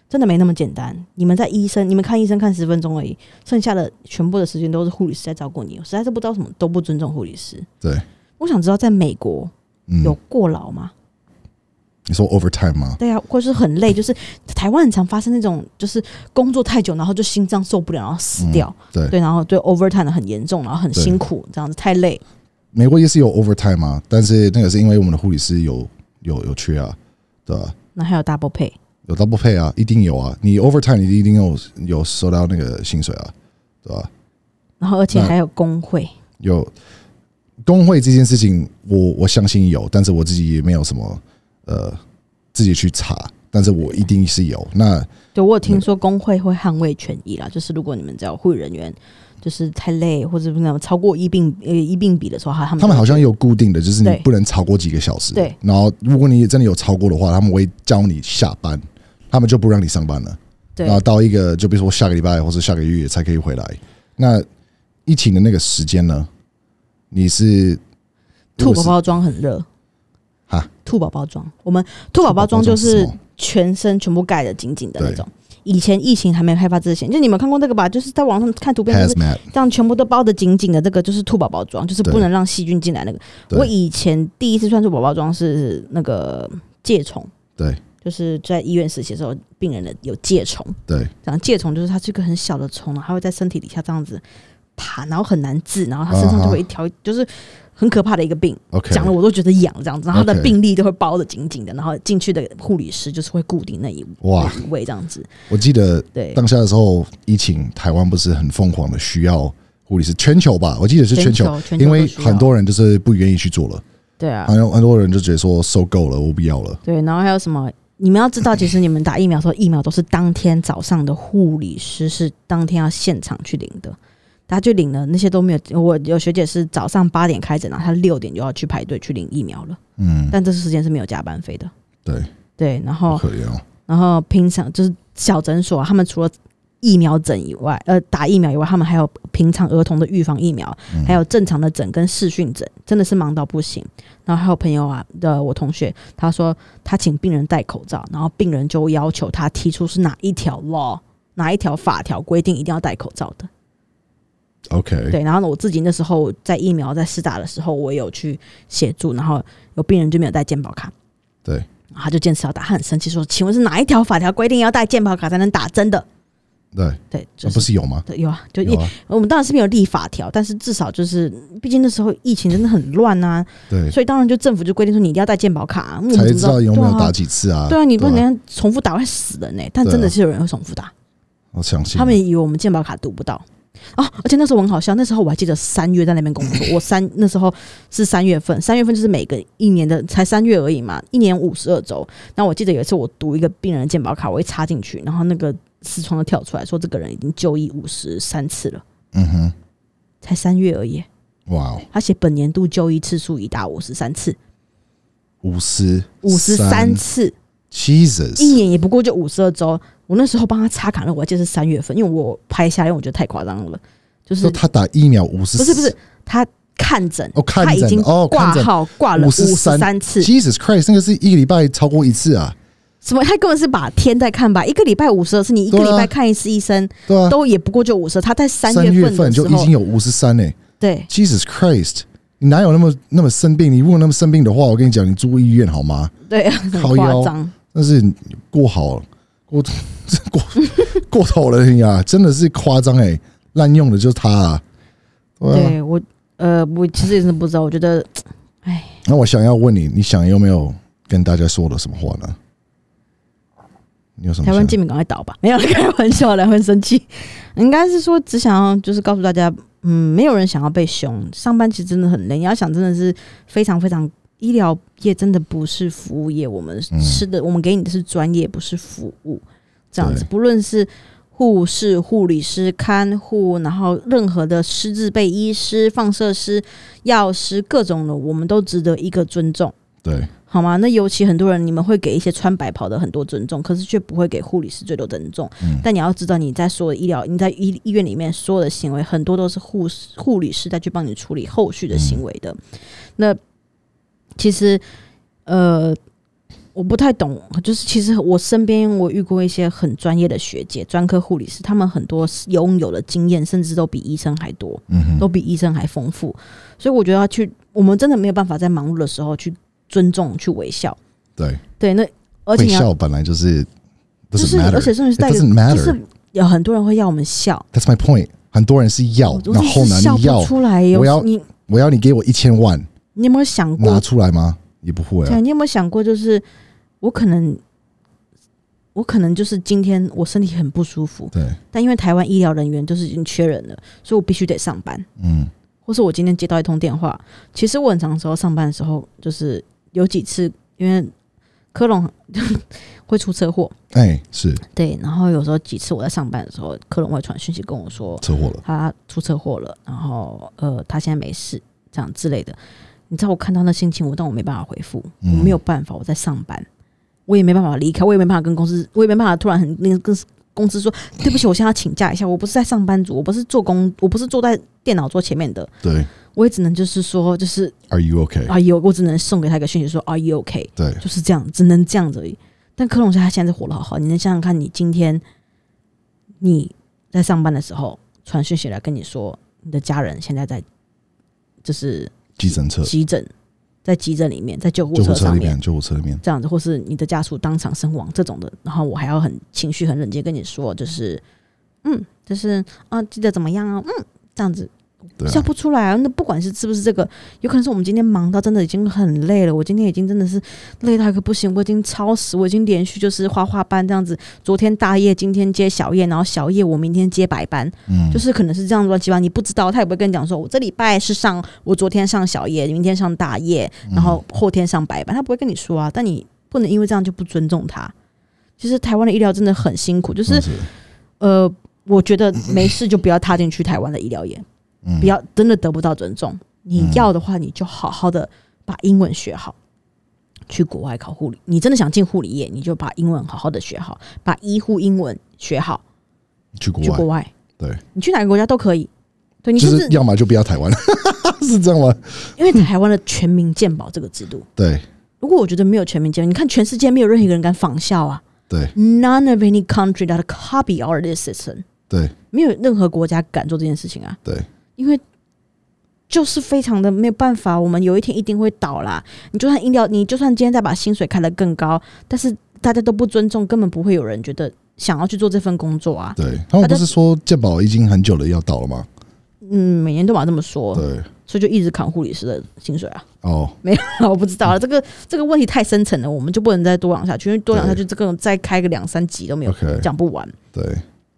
真的没那么简单。你们看医生看10分钟而已，剩下的全部的时间都是护理师在照顾你。我实在是不知道什么都不尊重护理师。 对， 我想知道在美国有过劳吗？ 你说 overtime 吗？ 对啊，或是很累，就是台湾很常发生那种，就是工作太久，然后就心脏受不了，然后死掉。对，然后对 overtime 的很严重，然后很辛苦，这样子太累。 美国也是有 overtime 嘛，但是那个是因为我们的护理师有缺啊，对吧？ 那还有 double pay， 有 double pay 啊，一定有啊。你 overtime 你一定有收到那个薪水啊，对吧？ 然后而且还有工会， 有工会这件事情我相信有，但是我自己也没有什么自己去查，但是我一定是有。那对我有听说工会会捍卫权益啦，就是如果你们只要护理人员就是太累，或者那种超过医病比的时候，他们好像有固定的，就是你不能超过几个小时。对，然后如果你真的有超过的话，他们会叫你下班，他们就不让你上班了。对，然后到一个就比如说下个礼拜或是下个月才可以回来。那疫情的那个时间呢？你是兔宝宝装很热啊？兔宝宝装，我们兔宝宝装就是全身全部盖得紧紧的那种。以前疫情还没开发之前，就你们看过这个吧？就是在网上看图片，就是这样全部都包得紧紧的。这个就是兔宝宝装，就是不能让细菌进来那个。我以前第一次穿兔宝宝装是那个疥虫，对，就是在医院实习的时候，病人的有疥虫，对，这样疥虫就是它是一个很小的虫，它会在身体底下这样子爬，然后很难治，然后它身上就会一条就是很可怕的一个病，讲了我都觉得痒这样子，然后他的病历都会包得紧紧的，然后进去的护理师就是会固定那一位这样子。我记得当下的时候，疫情台湾不是很疯狂的需要护理师，全球吧，我记得是全球，因为很多人就是不愿意去做了，对啊，很多人就觉得说受够了，我不要了。对，然后还有什么？你们要知道，其实你们打疫苗的时候，疫苗都是当天早上的护理师是当天要现场去领的。他就领了，那些都没有。我有学姐是早上8点开诊，然后她6点就要去排队去领疫苗了。但这时间是没有加班费的。对，然后然后平常就是小诊所，他们除了疫苗诊以外，打疫苗以外，他们还有平常儿童的预防疫苗，还有正常的诊跟视讯诊，真的是忙到不行。然后还有朋友啊我同学，他说他请病人戴口罩，然后病人就要求他提出是哪一条 law 哪一条法条规定一定要戴口罩的。OK， 对，然后我自己那时候在疫苗在施打的时候，我也有去协助，然后有病人就没有带健保卡，对，他就坚持要打，他很生气说：“请问是哪一条法条规定要带健保卡才能打针的？”对，就是，不是有吗？对，有啊，就我们当然是没有立法条，但是至少就是，毕竟那时候疫情真的很乱啊，对，所以当然就政府就规定说你一定要带健保卡，啊，才知道有没有打几次啊？对啊，你不能重复打会死人呢，但真的是有人会重复打，我相信他们以为我们健保卡读不到。而且那时候很好笑，那时候我还记得3月在那边工作，那时候是3月份，3月份就是每个一年的才3月而已嘛，1年52周。然后我记得有一次我读一个病人的健保卡，我一插进去，然后那个视窗就跳出来说这个人已经就医53次了。才3月而已。哇！他写本年度就医次数已达53次，53次。Jesus， 一年也不过就52周。我那时候帮他插卡，我还记得是3月份，因为我拍下来，因为我觉得太夸张了。就是说他打疫苗50，不是他看诊，他已经挂号挂了53次。Jesus Christ， 那个是一个礼拜超过1次啊！什么？他根本是把天在看吧？一个礼拜52次，你一个礼拜看一次医生，都也不过就50。他在3月份就已经有53呢。对 ，Jesus Christ， 你哪有那么生病？你如果那么生病的话，我跟你讲，你住医院好吗？对啊，很夸张。但是过头了呀，真的是夸张哎！滥用的就是他啊。对我其实也是不知道，我觉得，哎。那我想要问你，你想有没有跟大家说的什么话呢？你有什么？台湾健民赶快倒吧！没有开玩笑的，会生气。应该是说，只想要就是告诉大家，没有人想要被凶。上班其实真的很累，你要想真的是非常非常。医疗业真的不是服务业，我们吃的，我们给你的是专业，不是服务。这样子，不论是护士、护理师、看护，然后任何的师字辈医师、放射师、药师，各种的，我们都值得一个尊重。对，好吗？那尤其很多人，你们会给一些穿白袍的很多尊重，可是却不会给护理师最多尊重。但你要知道，你在所有的医疗，你在医院里面所有的行为，很多都是护理师再去帮你处理后续的行为的。那其实， 我不太懂，就是其实我身边我遇过一些很专业的学姐、专科护理师，他们很多拥有的经验，甚至都比医生还多，都比医生还丰富。所以我觉得我们真的没有办法在忙碌的时候去尊重、去微笑。 对， 那而且微笑本来就是， 而且甚至是带就是有很多人会要我们笑。 That's my point。很多人是要，然后呢，你要出来， 我要你给我1000万， 你有没有想过拿出来吗？也不会啊。 你有没有想过，就是我可能就是今天我身体很不舒服， 对， 但因为台湾医疗人员就是已经缺人了，所以我必须得上班。或是我今天接到一通电话，其实我很长时候上班的时候，就是有几次因为科隆会出车祸， 是对，然后有时候几次我在上班的时候，科隆会传讯息跟我说车祸了， 他出车祸了，然后他现在没事，这样之类的。你知道我看到那心情，但我没办法回复，我没有办法，我在上班，我也没办法离开，我也没办法跟公司，我也没办法突然跟公司说对不起，我现在要请假一下，我不是在上班族，我不是坐在电脑桌前面的， 对， 我也只能就是说就是 Are you okay？ 我只能送给他一个讯息说 Are you okay？ 对， 就是这样，只能这样子而已。但科隆他现在活得好好，你能想想看，你今天你在上班的时候传讯息来跟你说你的家人现在在就是急诊，在急诊里面，在救护车上面， 救护车里面这样子，或是你的家属当场身亡这种的，然后我还要很情绪很冷静跟你说，就是就是记得怎么样啊，这样子。笑不出来啊！那不管是不是这个，有可能是我们今天忙到真的已经很累了。我今天已经真的是累到一个不行，我已经超时，我已经连续就是花班这样子。昨天大夜，今天接小夜，然后小夜我明天接白班，就是可能是这样乱七八糟。你不知道，他也不会跟你讲说，我这礼拜是我昨天上小夜，明天上大夜，然后后天上白班，他不会跟你说啊。但你不能因为这样就不尊重他。其实台湾的医疗真的很辛苦，就是我觉得没事就不要踏进去台湾的医疗业。不要真的得不到尊重，你要的话你就好好的把英文学好，去国外考护理。你真的想进护理业，你就把英文好好的学好，把医护英文学好，去国外。对，你去哪个国家都可以。对，你就是要么就不要台湾，是这样吗？ 因为台湾的全民健保这个制度， 对， 如果我觉得没有全民健保，你看全世界没有任何一个人敢仿效啊。 对 ，None of any country that copy our system。对，没有任何国家敢做这件事情啊。对。因为就是非常的没有办法，我们有一天一定会倒啦。你就算今天再把薪水开得更高，但是大家都不尊重，根本不会有人觉得想要去做这份工作啊。对， 他们不是说健保已经很久了要倒了吗？ 每年都嘛这么说。对，所以就一直扛护理师的薪水啊。没有，我不知道了。这个问题太深层了，我们就不能再多讲下去，因为多讲下去，这个再开个2-3集都没有讲不完。对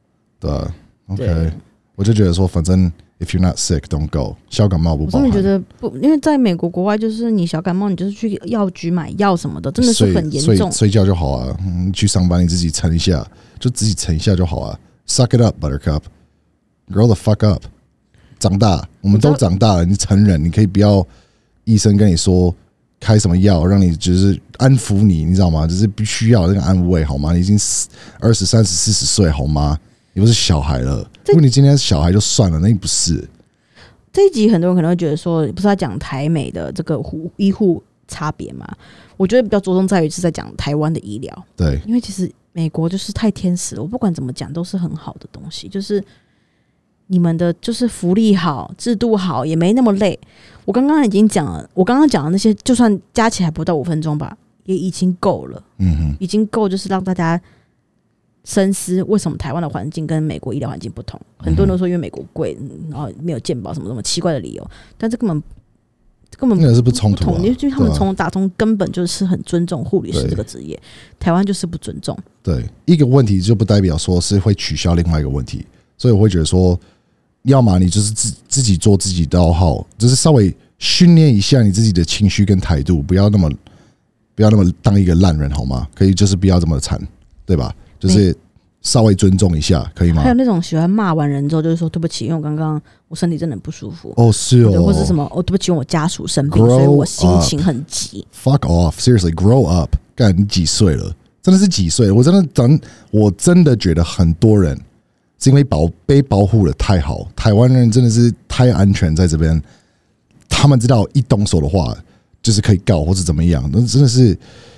，OK， 我就觉得说，反正。If you're not sick, don't go. 小感冒不包含。 我真的觉得不，因为在美国国外，就是你小感冒，你就是去药局买药什么的，真的是很严重。 睡觉就好啊，去上班你自己撑一下，就自己撑一下就好啊。Suck it up, Buttercup. Grow the fuck up. 长大，我们都长大了，你成人，你可以不要医生跟你说开什么药，让你就是安抚你，你知道吗？就是必须要那个安慰好吗？你已经20、30、40岁好吗？你不是小孩了，如果你今天是小孩就算了，那你不是。 这一集很多人可能会觉得说，不是在讲台美的这个医护差别吗？我觉得比较着重在于是在讲台湾的医疗。对，因为其实美国就是太天使了，我不管怎么讲都是很好的东西，就是你们的就是福利好，制度好，也没那么累。我刚刚已经讲了，我刚刚讲的那些，就算加起来不到5分钟吧，也已经够了。已经够，就是让大家深思为什么台湾的环境跟美国医疗环境不同。很多人都说因为美国贵，然后没有健保什么什么奇怪的理由，但这根本那个是不冲突啊， 因为他们打从根本就是很尊重护理师这个职业，台湾就是不尊重。 对，一个问题就不代表说是会取消另外一个问题，所以我会觉得说，要么你就是自己做自己的好，就是稍微训练一下你自己的情绪跟态度，不要那么当一个烂人好吗？可以就是不要这么惨，对吧？就是稍微尊重一下，可以吗？ 还有那种喜欢骂完人之后就是说对不起，因为我刚刚我身体真的很不舒服。 是哦， 或是什么对不起，我家属生病，所以我心情很急。 Fuck off, seriously, grow up. 干，你几岁了？真的是几岁？我真的觉得很多人是因为被保护的太好，台湾人真的是太安全在这边，他们知道一动手的话就是可以告或是怎么样，那真的是。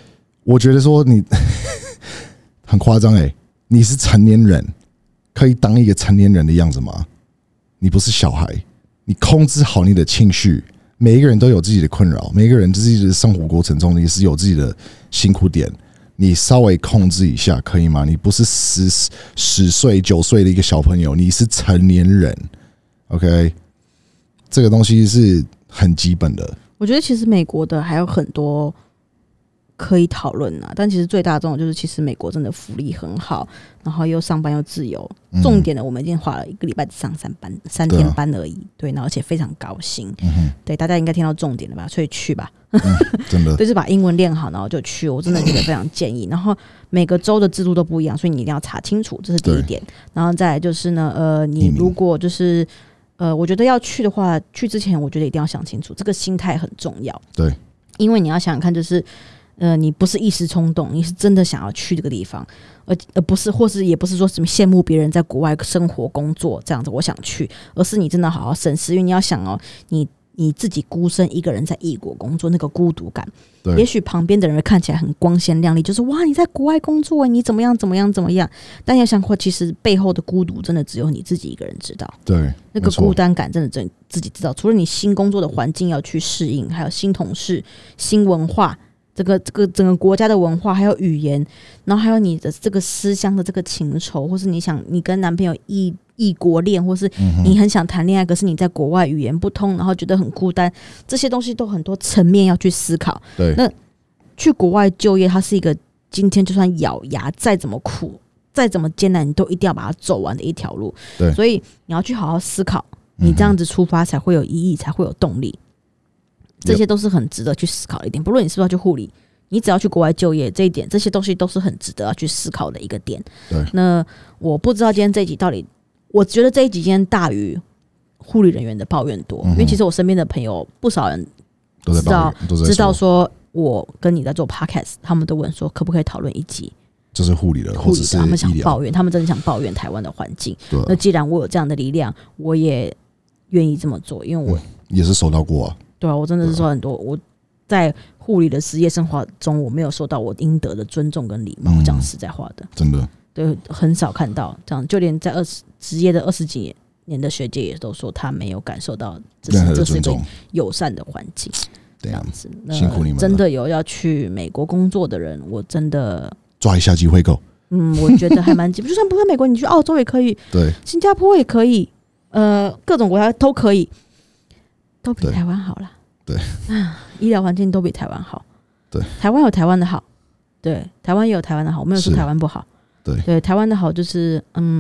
我觉得说你很夸张你是成年人，可以当一个成年人的样子吗？你不是小孩，你控制好你的情绪。每一个人都有自己的困扰，每一个人自己的生活过程中也是有自己的辛苦点，你稍微控制一下可以吗？你不是10岁9岁的一个小朋友，你是成年人 ，OK？ 这个东西是很基本的。 我觉得其实美国的还有很多可以讨论啊，但其实最大众就是其实美国真的福利很好，然后又上班又自由。重点的我们已经花了1个礼拜上3天班而已，对，然后而且非常高薪。对，大家应该听到重点了吧？所以去吧， 真的， 就是把英文练好，然后就去。我真的觉得非常建议。然后每个州的制度都不一样，所以你一定要查清楚，这是第一点。然后再来就是呢，你如果就是我觉得要去的话，去之前我觉得一定要想清楚，这个心态很重要。 对， 因为你要想想看，就是你不是一时冲动，你是真的想要去这个地方，而不是，或是也不是说什么羡慕别人在国外生活工作这样子，我想去，而是你真的好好审视，因为你要想哦，你自己孤身一个人在异国工作，那个孤独感，也许旁边的人看起来很光鲜亮丽，就是哇你在国外工作，你怎么样怎么样怎么样，但要想过，其实背后的孤独真的只有你自己一个人知道。 对， 那个孤单感真的只自己知道。除了你新工作的环境要去适应，还有新同事、新文化。这个整个国家的文化，还有语言，然后还有你的这个思乡的这个情仇，或是你跟男朋友异国恋，或是你很想谈恋爱，可是你在国外语言不通，然后觉得很孤单，这些东西都很多层面要去思考。 对， 那去国外就业，它是一个今天就算咬牙再怎么苦，再怎么艰难，你都一定要把它走完的一条路。 对， 所以你要去好好思考，你这样子出发才会有意义，才会有动力。这些都是很值得去思考的一点，不论你是不是要去护理，你只要去国外就业，这一点这些东西都是很值得要去思考的一个点。 对， 那我不知道今天这一集到底，我觉得这一集今天大于护理人员的抱怨多，因为其实我身边的朋友不少人知道说我跟你在做 podcast， 他们都问说可不可以讨论一集。就是护理的，或者是他们想抱怨，他们真的想抱怨台湾的环境。那既然我有这样的力量，我也愿意这么做，因为我也是收到过啊。对啊，我真的是说很多，我在护理的职业生活中，我没有受到我应得的尊重跟礼貌，讲实在话的， 真的，对， 很少看到这样，就连在职业的20几年的学姐也都说，她没有感受到这是一个友善的环境，这样子，辛苦你们了。真的有要去美国工作的人，我真的抓一下机会够。我觉得还蛮就算不在美国，你去澳洲也可以，对，新加坡也可以，各种国家都可以。都比台湾好啦，对医疗环境都比台湾好，对，台湾有台湾的好，对，台湾也有台湾的好，我没有说台湾不好，对，台湾的好就是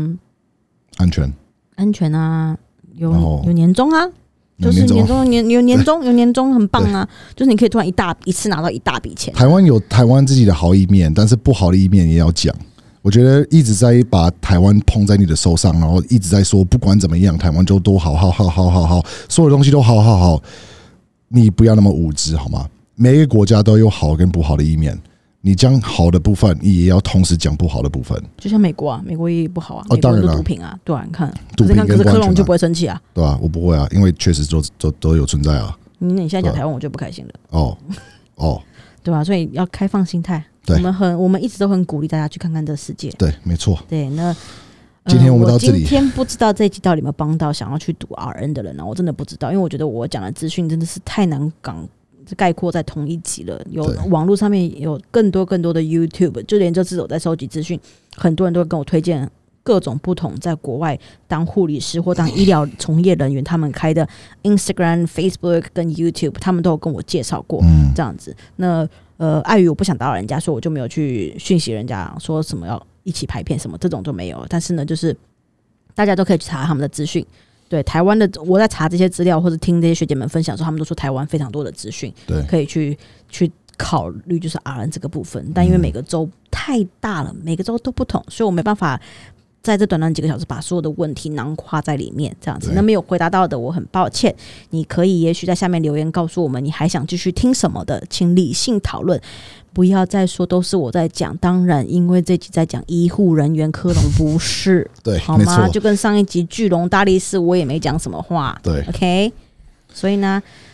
安全啊，有年终啊，就是年终有年终很棒啊，就是你可以突然一次拿到一大笔钱。台湾有台湾自己的好一面，但是不好的一面也要讲。我觉得一直在把台湾捧在你的手上，然后一直在说不管怎么样，台湾就都好，所有东西都好，你不要那么无知好吗？每一个国家都有好跟不好的一面，你讲好的部分，你也要同时讲不好的部分。就像美国啊，美国也不好啊，美国是毒品啊，对啊，你看，可是科隆就不会生气啊，对啊，我不会啊，因为确实都有存在啊。你现在讲台湾，我就不开心了。哦，对吧？所以要开放心态。我们一直都很鼓励大家去看看这个世界。对，没错。对，那今天我们到这里。今天不知道这一集到底有没有帮到想要去读 RN 的人呢？我真的不知道，因为我觉得我讲的资讯真的是太难概括在同一集了。有网络上面有更多的 YouTube， 就连这次我在收集资讯，很多人都会跟我推荐各种不同在国外当护理师或当医疗从业人员他们开的 Instagram、Facebook 跟 YouTube， 他们都有跟我介绍过这样子。那碍于我不想打扰人家，所以我就没有去讯息人家说什么要一起拍片什么，这种就没有。但是呢，就是大家都可以去查他们的资讯。对台湾的，我在查这些资料或者听这些学姐们分享的时候，他们都说台湾非常多的资讯，可以去考虑就是 RN 这个部分。但因为每个州太大了，每个州都不同，所以我没办法在这短几个小时把所有的问题囊括在里面，这样子。那没有回答到的，我很抱歉。你可以也许在下面留言告诉我们，你还想继续听什么的，请理性讨论，不要再说都是我在讲。当然，因为这集在讲医护人员，科隆不是，对，好吗？就跟上一集巨龙大力士，我也没讲什么话，对 ，OK。所以呢，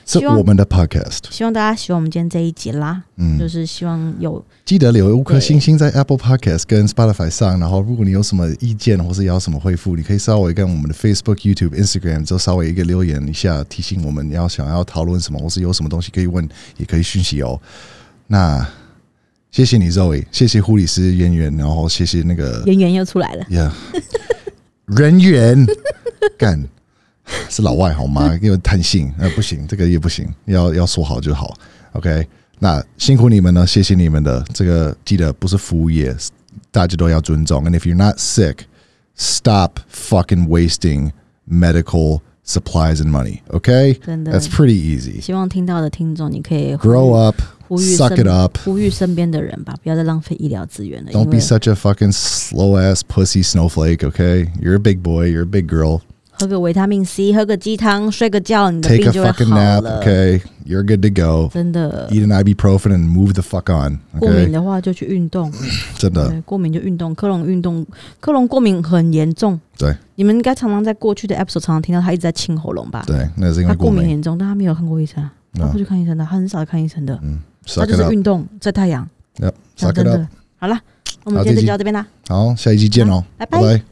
是我们的 podcast。 希望大家喜欢我们今天这一集啦。就是希望有记得留5颗星星在 Apple Podcast 跟 Spotify 上。然后，如果你有什么意见或是要什么回复，你可以稍微跟我们的 Facebook、YouTube、Instagram 就稍微一个留言一下，提醒我们想要讨论什么，或是有什么东西可以问，也可以讯息哦。那谢谢你 Zoe， 谢谢护理师圆圆，然后谢谢那个圆圆又出来了。 Yeah， 人缘干。是老外好吗？给我贪性，不行，这个也不行，要说好就好。OK， 那辛苦你们了，谢谢你们的这个，记得不是服务业，大家都要尊重。And if you're not sick, stop fucking wasting medical supplies and money. OK， 真的 ，That's pretty easy. 希望听到的听众，你可以 grow up, suck it up， 呼吁身边的人吧，不要再浪费医疗资源了。 Don't be such a fucking slow ass pussy snowflake. OK， you're a big boy, you're a big girl. 喝个维他命 C， 喝个鸡汤，睡个觉，你的病就会好了。 Take a fucking nap, okay? You're good to go. 真的。 Eat an ibuprofen and move the fuck on. Okay? 过敏的话就去运动。 真的。 过敏就运动。科隆过敏很严重。 对。 你们应该常常在过去的 episode 常常听到他一直在清喉咙吧？ 对，那是因为他过敏严重，但他没有看过医生，他不去看医生的，他很少看医生的。他就是运动，晒太阳。 Yep, suck it up. 好了，我们今天就到这边啦。 好，下一集见哦， 拜拜。